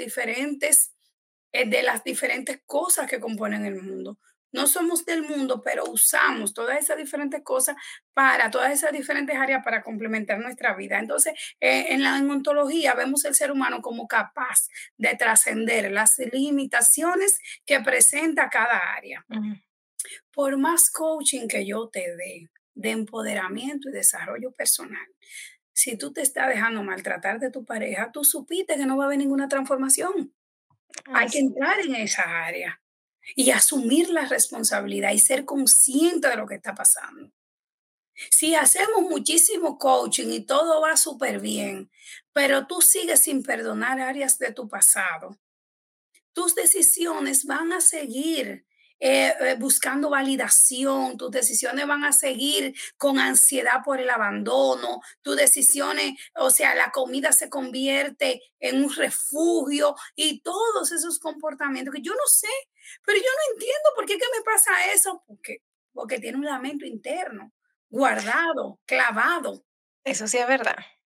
de las diferentes cosas que componen el mundo. No somos del mundo, pero usamos todas esas diferentes cosas para todas esas diferentes áreas para complementar nuestra vida. Entonces, en ontología vemos el ser humano como capaz de trascender las limitaciones que presenta cada área. Ujú. Por más coaching que yo te dé de empoderamiento y desarrollo personal, si tú te estás dejando maltratar de tu pareja, tú supiste que no va a haber ninguna transformación. Hay que Así entrar en esa área y asumir la responsabilidad y ser consciente de lo que está pasando. Si hacemos muchísimo coaching y todo va súper bien, pero tú sigues sin perdonar áreas de tu pasado, tus decisiones van a seguir buscando validación, tus decisiones van a seguir con ansiedad por el abandono, tus decisiones, o sea, la comida se convierte en un refugio y todos esos comportamientos que yo no sé, pero yo no entiendo por qué que me pasa eso, porque tiene un lamento interno, guardado, clavado. eso sí es verdad,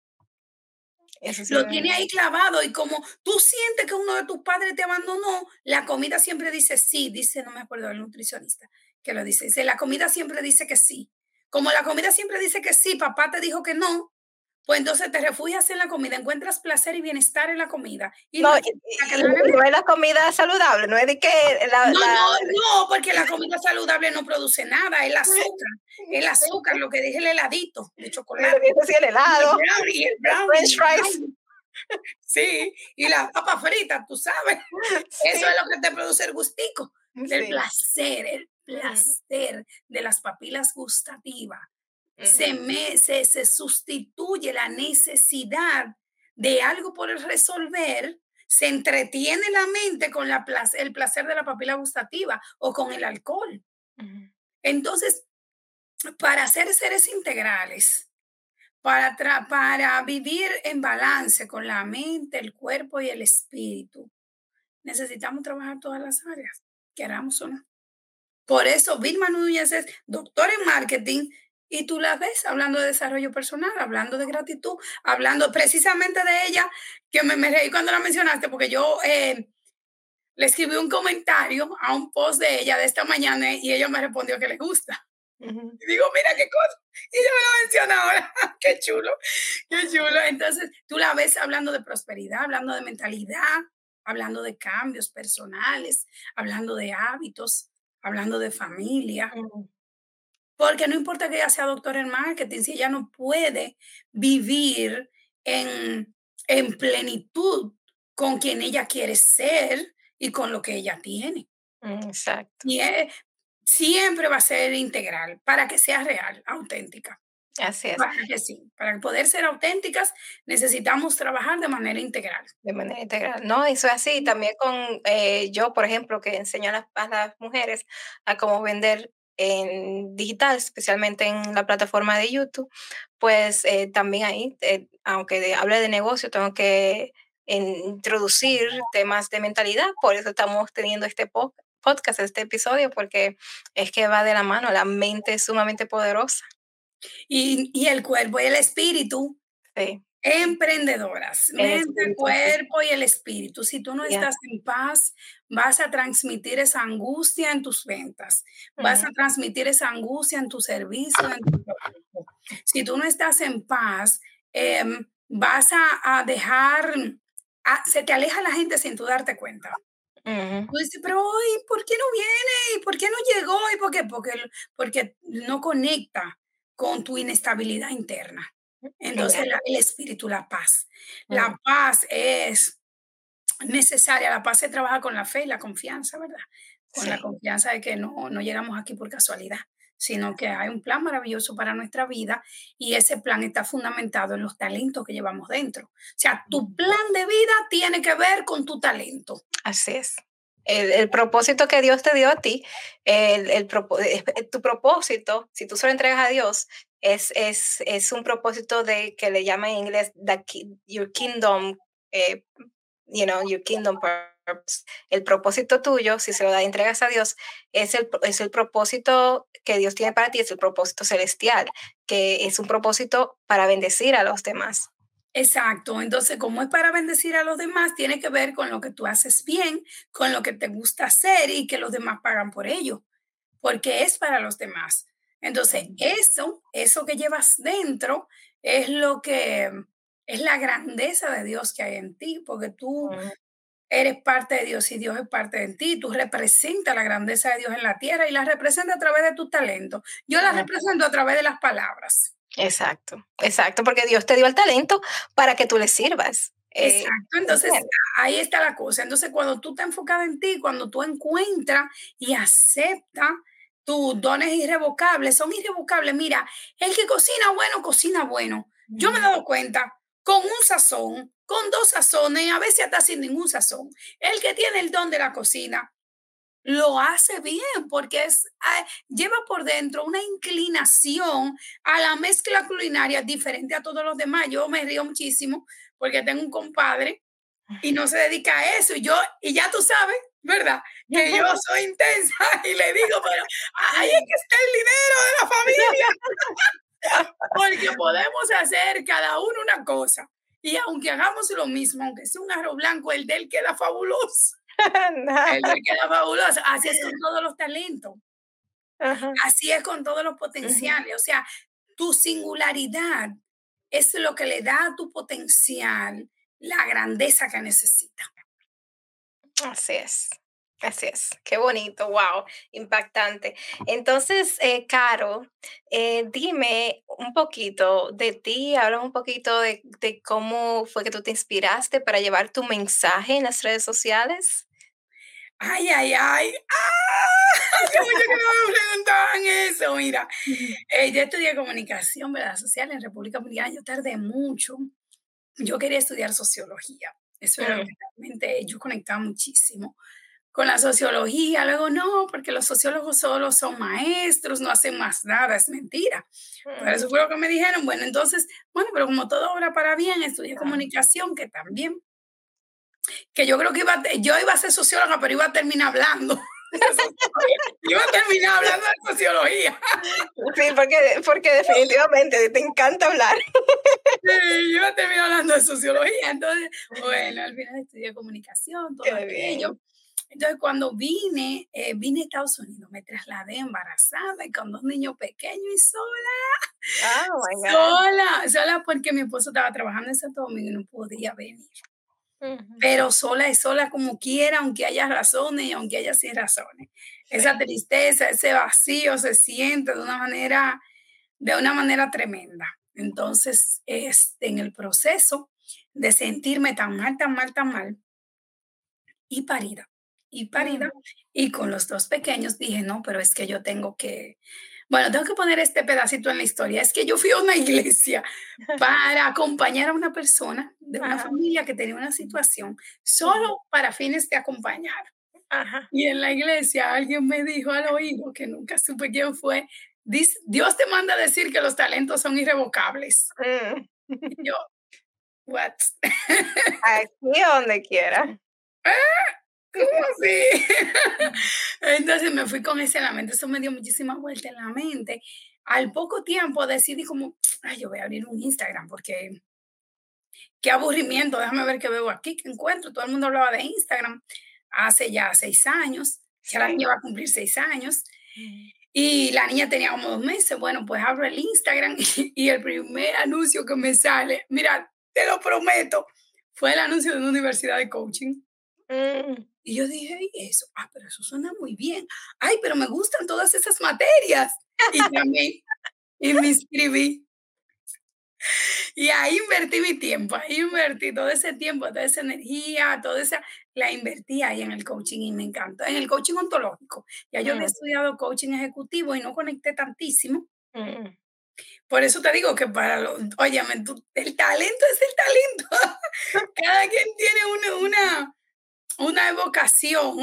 eso sí es Lo tiene verdad. ahí clavado y como tú sientes que uno de tus padres te abandonó, la comida siempre dice sí, dice, no me acuerdo el nutricionista que lo dice, la comida siempre dice que sí. Como la comida siempre dice que sí, papá te dijo que no, pues entonces te refugias en la comida, encuentras placer y bienestar en la comida y No, no y, que y- la y no nevera. es la comida saludable, no es de que No, no, no, porque la comida saludable no produce nada, el sí, azúcar, lo que dije el heladito de sí, lo que chocolate, es así el helado, y el el brownie, french y el fries. brownie. Sí, y las papas fritas, tú sabes. Eso es Sí, lo que te produce el gustico sí. el Ujú, placer de las papilas gustativas. ujú, Se sustituye la necesidad de algo por el resolver, se entretiene la mente con el placer de la papila gustativa o con el alcohol. ujú. Entonces, para ser seres integrales, para vivir en balance con la mente, el cuerpo y el espíritu. necesitamos trabajar todas las áreas, queramos o no. Por eso Vilma Núñez es doctora en marketing y tú la ves hablando de desarrollo personal, hablando de gratitud, hablando precisamente de ella, que me reí cuando la mencionaste, porque yo le escribí un comentario a un post de ella de esta mañana y ella me respondió que le gusta. Ujú. Y digo, mira qué cosa. Y ella me lo menciona ahora. Qué chulo, qué chulo. Entonces, tú la ves hablando de prosperidad, hablando de mentalidad, hablando de cambios personales, hablando de hábitos, hablando de familia. Ujú. Porque no importa que ella sea doctora en marketing, si ella no puede vivir en, en plenitud con quien ella quiere ser y con lo que ella tiene. Exacto, Y siempre va a ser integral para que sea real, auténtica. así es. Para que sí, para poder ser auténticas necesitamos trabajar de manera integral. De manera integral. No, eso es así. También con yo, por ejemplo, que enseño a las mujeres a cómo vender en digital, especialmente en la plataforma de YouTube, pues también ahí, aunque hable de negocio, tengo que introducir temas de mentalidad. Por eso estamos teniendo este podcast, este episodio, porque es que va de la mano. La mente es sumamente poderosa. Y el cuerpo y el espíritu, Sí, emprendedoras, el mente, espíritu, sí. cuerpo y el espíritu. Si tú no Ya. estás en paz, vas a transmitir esa angustia en tus ventas, vas Ujú, a transmitir esa angustia en tu servicio, en tu producto. Si tú no estás en paz, vas a dejar, se te aleja la gente sin tú darte cuenta. ujú, Tú dices, pero hoy, ¿por qué no viene? ¿Y por qué no llegó? ¿Y por qué? Porque no conecta con tu inestabilidad interna. ya. Entonces, el espíritu, la paz. Mm, La paz es necesaria. La paz se trabaja con la fe y la confianza, ¿verdad? Con la sí. confianza de que no llegamos aquí por casualidad, sino que hay un plan maravilloso para nuestra vida y ese plan está fundamentado en los talentos que llevamos dentro. O sea, tu plan de vida tiene que ver con tu talento. Así es. El propósito que Dios te dio a ti, tu propósito, si tú se lo entregas a Dios, es un propósito de que le llaman en inglés your kingdom, eh, your kingdom purpose. El propósito tuyo, si se lo entregas a Dios, es el propósito que Dios tiene para ti, es el propósito celestial, que es un propósito para bendecir a los demás. Exacto. Entonces, como es para bendecir a los demás, tiene que ver con lo que tú haces bien, con lo que te gusta hacer y que los demás pagan por ello, porque es para los demás. Entonces, Ujú. eso que llevas dentro es lo que es la grandeza de Dios que hay en ti, porque tú eres parte de Dios y Dios es parte de ti. Tú representas la grandeza de Dios en la tierra y la representas a través de tu talento. Yo la Ujú. represento a través de las palabras. Exacto, exacto, porque Dios te dio el talento para que tú le sirvas. Exacto, entonces ¿Entiendes? ahí está la cosa. Entonces, cuando tú estás enfocada en ti, cuando tú encuentras y aceptas tus dones irrevocables, son irrevocables. Mira, el que cocina bueno, cocina bueno. Yo me he Ujú. dado cuenta, con un sazón, con dos sazones, a veces hasta sin ningún sazón. El que tiene el don de la cocina lo hace bien porque lleva por dentro una inclinación a la mezcla culinaria diferente a todos los demás. Yo me río muchísimo porque tengo un compadre y no se dedica a eso. Y ya tú sabes, ¿verdad? Que yo soy intensa y le digo, pero ahí es que está el dinero de la familia, porque podemos hacer cada uno una cosa. Y aunque hagamos lo mismo, aunque sea un arroz blanco, el de él queda fabuloso. El de él queda fabuloso. Así es con todos los talentos. Ajá. Así es con todos los Ujú. potenciales. O sea, tu singularidad es lo que le da a tu potencial la grandeza que necesita. Así es, así es. Qué bonito, wow, impactante. Entonces, Caro, dime un poquito de ti, habla un poquito de cómo fue que tú te inspiraste para llevar tu mensaje en las redes sociales. Ay, ay, ay. ¡Ah! Hace mucho que no me preguntaban eso. Mira, Ujú. yo estudié comunicación, ¿verdad? Social en República Dominicana. Yo tardé mucho. Yo quería estudiar sociología. Eso era lo que Mm, realmente yo conectaba muchísimo con la sociología. Luego, no, porque los sociólogos solo son maestros, no hacen más nada. Es mentira. Pero mm, eso fue lo que me dijeron. Bueno, entonces, bueno, pero como todo obra para bien, estudié ah, comunicación, que también que yo creo que yo iba a ser socióloga, pero iba a terminar hablando. Iba a terminar hablando de sociología. Sí, porque definitivamente te encanta hablar. Sí, yo iba a terminar hablando de sociología. Entonces, bueno, al final estudié comunicación, todo Qué aquello. bien. Entonces, cuando vine a Estados Unidos, me trasladé embarazada y con 2 niños pequeños y Oh my God. sola porque mi esposo estaba trabajando en Santo Domingo y no podía venir. Ujú. Pero sola es sola como quiera, aunque haya razones y aunque haya sin razones. Esa Sí. tristeza, ese vacío se siente de una manera tremenda. Entonces, en el proceso de sentirme tan mal, tan mal, tan mal, y parida, y parida, Ujú. y con los 2 pequeños dije: "No, pero es que yo tengo que poner este pedacito en la historia". Es que yo fui a una iglesia para acompañar a una persona de una Ajá, familia que tenía una situación, solo para fines de acompañar. ajá. Y en la iglesia alguien me dijo al oído, que nunca supe quién fue, Dios te manda a decir que los talentos son irrevocables". Mm. Y yo, ¿what? Aquí o donde quiera. ¿Cómo así? Entonces me fui con ese en la mente, eso me dio muchísima vuelta en la mente. Al poco tiempo decidí como, ay, yo voy a abrir un Instagram porque qué aburrimiento, déjame ver qué veo aquí, qué encuentro. Todo el mundo hablaba de Instagram hace ya 6 años, ya la Sí. niña va a cumplir 6 años. Mm. Y la niña tenía como 2 meses. Bueno, pues abro el Instagram y el primer anuncio que me sale, mira, te lo prometo, fue el anuncio de una universidad de coaching. Mm. Y yo dije: "¿Y eso? Ah, pero eso suena muy bien. Ay, pero me gustan todas esas materias". Y llamé y me inscribí. Y ahí invertí mi tiempo, ahí invertí todo ese tiempo, toda esa energía, toda esa la invertí ahí en el coaching y me encantó. En el coaching ontológico. Ya yo había Mm. estudiado coaching ejecutivo y no conecté tantísimo. Mm. Por eso te digo que óyeme, el talento es el talento. Cada quien tiene una evocación,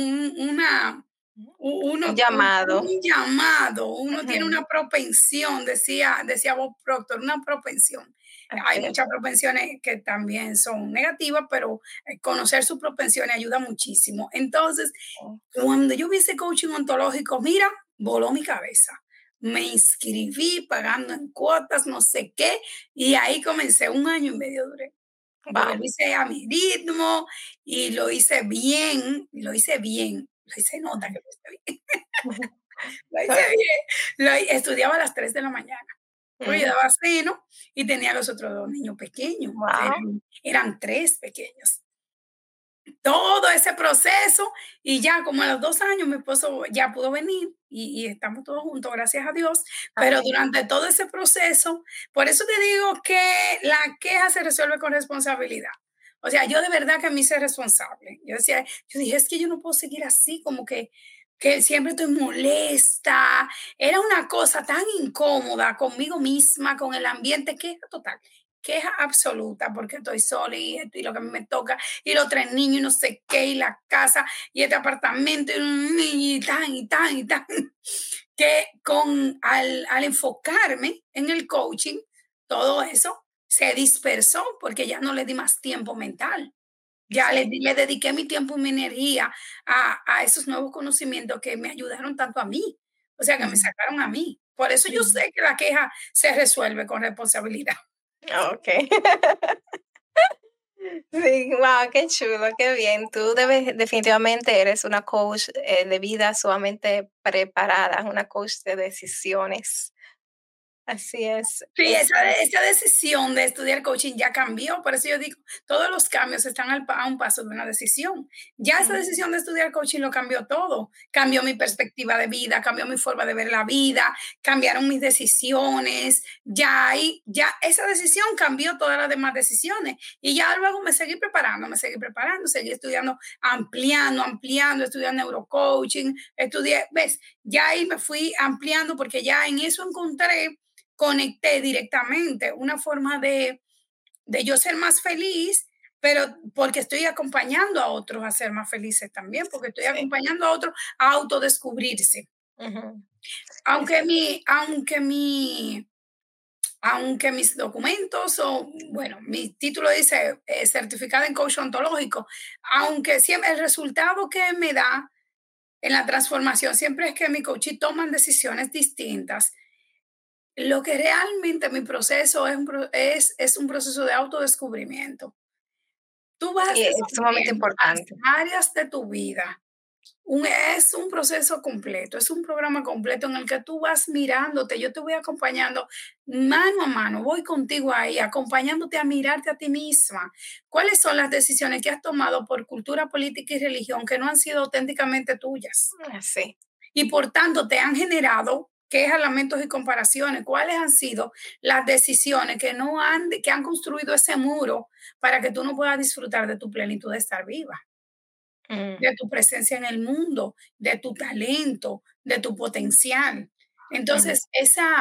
Un llamado. un llamado, uno tiene Ujú. una propensión, decía Bob Proctor, una propensión. Así Hay es. muchas propensiones que también son negativas, pero conocer sus propensiones ayuda muchísimo. Entonces, cuando yo vi ese coaching ontológico, mira, voló mi cabeza. Me inscribí pagando en cuotas, no sé qué, y ahí comencé, 1 año y medio duré, porque Wow. lo hice a mi ritmo y lo hice bien, lo hice nota que lo hice bien, lo hice bien. Estudiaba a las 3 de la mañana, porque yo daba seno y tenía los otros 2 niños pequeños, Wow. eran 3 pequeños. Todo ese proceso y ya como a los 2 años mi esposo ya pudo venir y estamos todos juntos, gracias a Dios, pero Amén. durante todo ese proceso, por eso te digo que la queja se resuelve con responsabilidad. O sea, yo de verdad que me hice responsable. Yo dije, es que yo no puedo seguir así, como que siempre estoy molesta. Era una cosa tan incómoda conmigo misma, con el ambiente, queja total, queja absoluta, porque estoy sola y esto y lo que a mí me toca y los 3 niños y no sé qué, y la casa y este apartamento y tan y tan y tan, que al enfocarme en el coaching, todo eso se dispersó porque ya no le di más tiempo mental. Ya Sí. le dediqué mi tiempo y mi energía a esos nuevos conocimientos que me ayudaron tanto a mí, o sea, que me Ujú. sacaron a mí. Por eso yo Ujú. sé que la queja se resuelve con responsabilidad. Okey. Sí, guau, qué chulo, qué bien. Tú definitivamente eres una coach, de vida sumamente preparada, una coach de decisiones. Así es. Sí, esa decisión de estudiar coaching ya cambió, por eso yo digo, todos los cambios están a un paso de una decisión. Ya esa Ujú. decisión de estudiar coaching lo cambió todo, cambió mi perspectiva de vida, cambió mi forma de ver la vida, cambiaron mis decisiones, ya esa decisión cambió todas las demás decisiones y ya luego me seguí preparando, seguí estudiando, ampliando, estudiando neurocoaching, ves, ya ahí me fui ampliando porque ya en eso encontré conecté directamente, una forma de yo ser más feliz, pero porque estoy acompañando a otros a ser más felices también, porque estoy Sí. acompañando a otros a autodescubrirse. Ujú. Aunque mi aunque mis documentos bueno, mi título dice certificada en coach ontológico, aunque siempre el resultado que me da en la transformación siempre es que mi coach toman decisiones distintas. Lo que realmente mi proceso es un proceso de autodescubrimiento. Tú vas Sí, es sumamente descubriendo las importante. áreas de tu vida. Es un proceso completo, es un programa completo en el que tú vas mirándote, yo te voy acompañando mano a mano, voy contigo ahí, acompañándote a mirarte a ti misma. ¿Cuáles son las decisiones que has tomado por cultura, política y religión que no han sido auténticamente tuyas? Sí. Y por tanto te han generado quejas, lamentos y comparaciones. ¿Cuáles han sido las decisiones que han construido ese muro para que tú no puedas disfrutar de tu plenitud de estar viva? Mm, De tu presencia en el mundo, de tu talento, de tu potencial. mm. Entonces,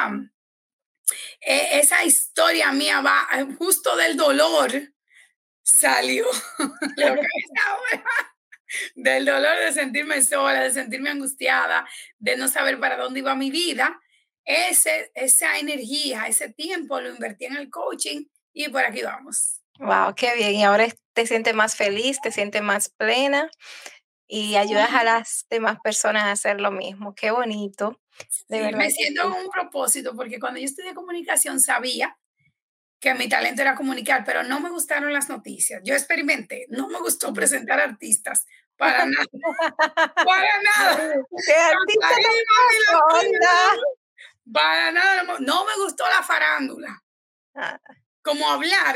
esa historia mía va justo del dolor, salió lo que es ahora, del dolor de sentirme sola, de sentirme angustiada, de no saber para dónde iba mi vida. Esa energía, ese tiempo lo invertí en el coaching y por aquí vamos. Wow, qué bien. Y ahora te sientes más feliz, te sientes más plena y ayudas a Sí, las demás personas a hacer lo mismo. Qué bonito, de sí, verdad me que siento sí. en un propósito porque cuando yo estudié comunicación sabía que mi talento era comunicar, pero no me gustaron las noticias. Yo experimenté, no me gustó presentar artistas, para nada, para nada. ¡Qué Hasta artista ahí tan iba mi onda! locura, para nada, no me gustó la farándula, Ah, como hablar,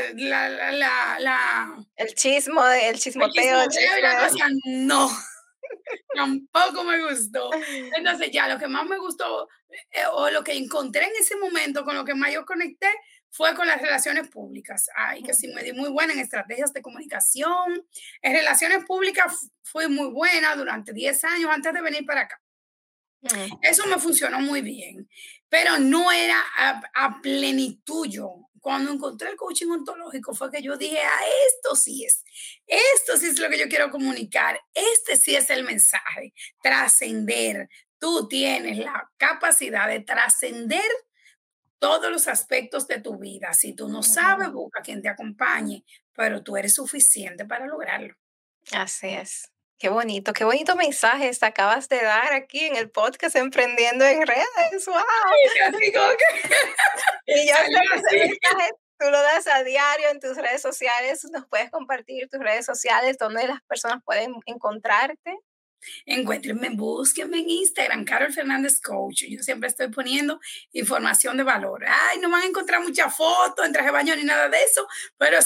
el el chismoteo, el chismorreo y la chisme. cosa, no, tampoco me gustó. Entonces, ya lo que más me gustó, o lo que encontré en ese momento, con lo que más yo conecté, fue con las relaciones públicas. Ay, que sí me di muy buena en estrategias de comunicación. En relaciones públicas fui muy buena durante 10 años antes de venir para acá. Mm, Eso me funcionó muy bien, pero no era a plenitud yo. Cuando encontré el coaching ontológico fue que yo dije, esto sí es lo que yo quiero comunicar, este sí es el mensaje, trascender. Tú tienes la capacidad de trascender todos los aspectos de tu vida. Si tú no sabes, ujú. busca quien te acompañe, pero tú eres suficiente para lograrlo. Así es. Qué bonito mensaje acabas de dar aquí en el podcast Emprendiendo en Redes. ¡Wow! Y así como que Y yo sé salió que ese así. mensaje tú lo das a diario en tus redes sociales. ¿Nos puedes compartir tus redes sociales donde las personas pueden encontrarte? Encuéntrenme, búsquenme en Instagram, Carol Fernández Coach. Yo siempre estoy poniendo información de valor. Ay, no van a encontrar muchas fotos en traje de baño ni nada de eso, pero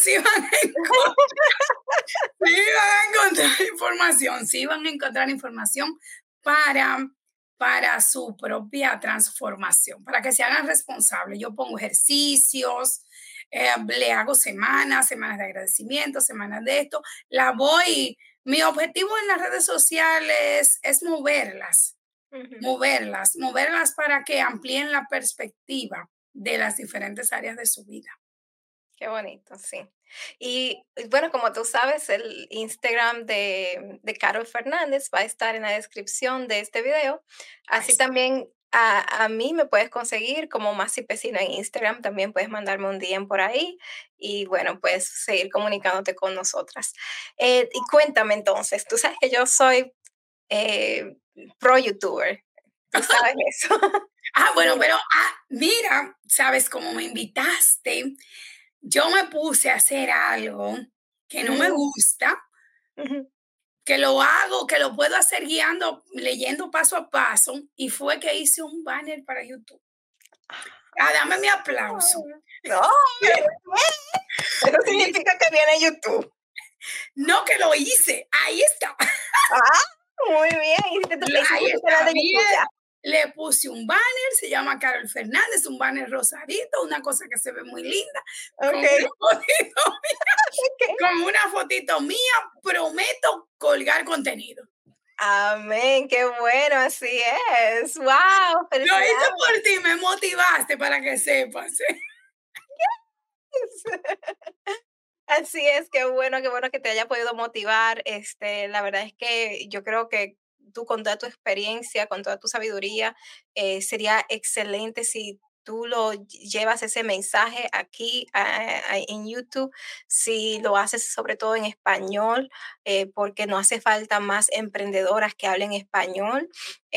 sí van a encontrar información, sí van a encontrar información para, para su propia transformación, para que se hagan responsables. Yo pongo ejercicios, le hago semanas de agradecimiento, semanas de esto. Mi objetivo en las redes sociales es Ujú. moverlas para que amplíen la perspectiva de las diferentes áreas de su vida. Qué bonito, sí. Y bueno, como tú sabes, el Instagram de Carol Fernández va a estar en la descripción de este video. Ay, Así también a mí me puedes conseguir como Masi Pesino en Instagram. También puedes mandarme un DM por ahí y bueno, puedes seguir comunicándote con nosotras. Y cuéntame entonces, tú sabes que yo soy eh, pro YouTuber. Tú sabes eso. bueno, pero mira, sabes, cómo me invitaste, yo me puse a hacer algo que no me Mm, gusta, ujú. que lo hago, que lo puedo hacer guiando, leyendo paso a paso, y fue que hice un banner para YouTube. Dame mi aplauso. No, pero muy bien. Eso significa que viene YouTube. No que lo hice, ahí está. Ah, muy bien. Ahí Hiciste tu canal está de YouTube bien. ya. Le puse un banner, se llama Carol Fernández, un banner rosadito, una cosa que se ve muy linda, con una Okey, fotito, okey. con una fotito mía, prometo colgar contenido. Amén, qué bueno, así es. Guau, Lo hice felicidades. por ti, me motivaste para que sepas. Así es, qué bueno que te haya podido motivar. La verdad es que yo creo que tú con toda tu experiencia, con toda tu sabiduría, sería excelente si tú llevas ese mensaje aquí en YouTube, si lo haces sobre todo en español, porque no hace falta más emprendedoras que hablen español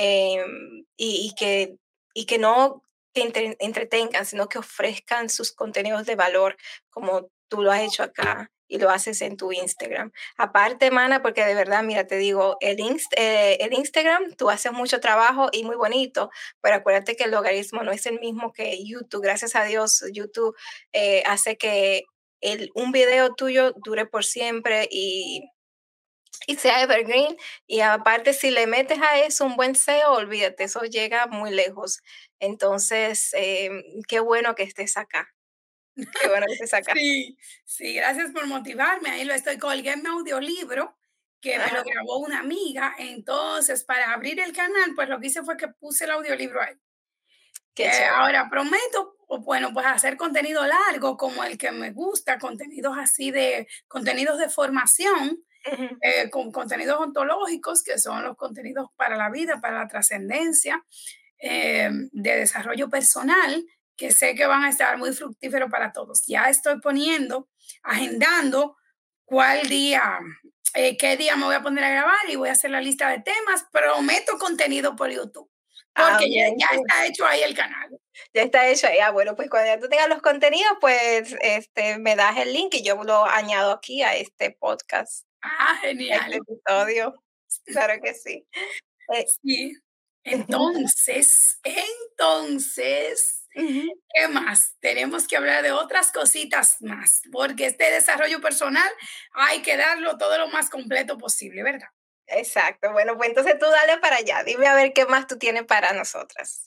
y que no que entretengan, sino que ofrezcan sus contenidos de valor, como tú lo has hecho acá y lo haces en tu Instagram. Aparte, Mana, porque de verdad, mira, te digo, el Instagram, tú haces mucho trabajo y muy bonito, pero acuérdate que el logaritmo no es el mismo que YouTube. Gracias a Dios, YouTube hace que un video tuyo dure por siempre y sea evergreen. Y aparte, si le metes a eso un buen SEO, olvídate, eso llega muy lejos. Entonces, qué bueno que estés acá. Qué bueno que estés acá. Sí, sí, gracias por motivarme. Ahí lo estoy. Colgué mi audiolibro que me lo Ajá, grabó una amiga. Entonces, para abrir el canal, pues lo que hice fue que puse el audiolibro ahí. qué chévere. Ahora prometo, o bueno, pues hacer contenido largo como el que me gusta, contenidos así de contenidos de formación, Ujú. con contenidos ontológicos, que son los contenidos para la vida, para la trascendencia, de desarrollo personal, que sé que van a estar muy fructíferos para todos. Ya estoy poniendo, agendando cuál día, qué día me voy a poner a grabar y voy a hacer la lista de temas. Prometo contenido por YouTube, porque Amén. ya está hecho ahí el canal. Ya está hecho. Ah, bueno, pues cuando ya tú tengas los contenidos, pues me das el link y yo lo añado aquí a este podcast, Ah, a este genial. episodio. Claro que sí. Eh, Sí. Entonces, Ujú. ¿qué más? Tenemos que hablar de otras cositas más, porque este desarrollo personal hay que darlo todo lo más completo posible, ¿verdad? Exacto. Bueno, pues entonces tú dale para allá. Dime a ver qué más tú tienes para nosotras.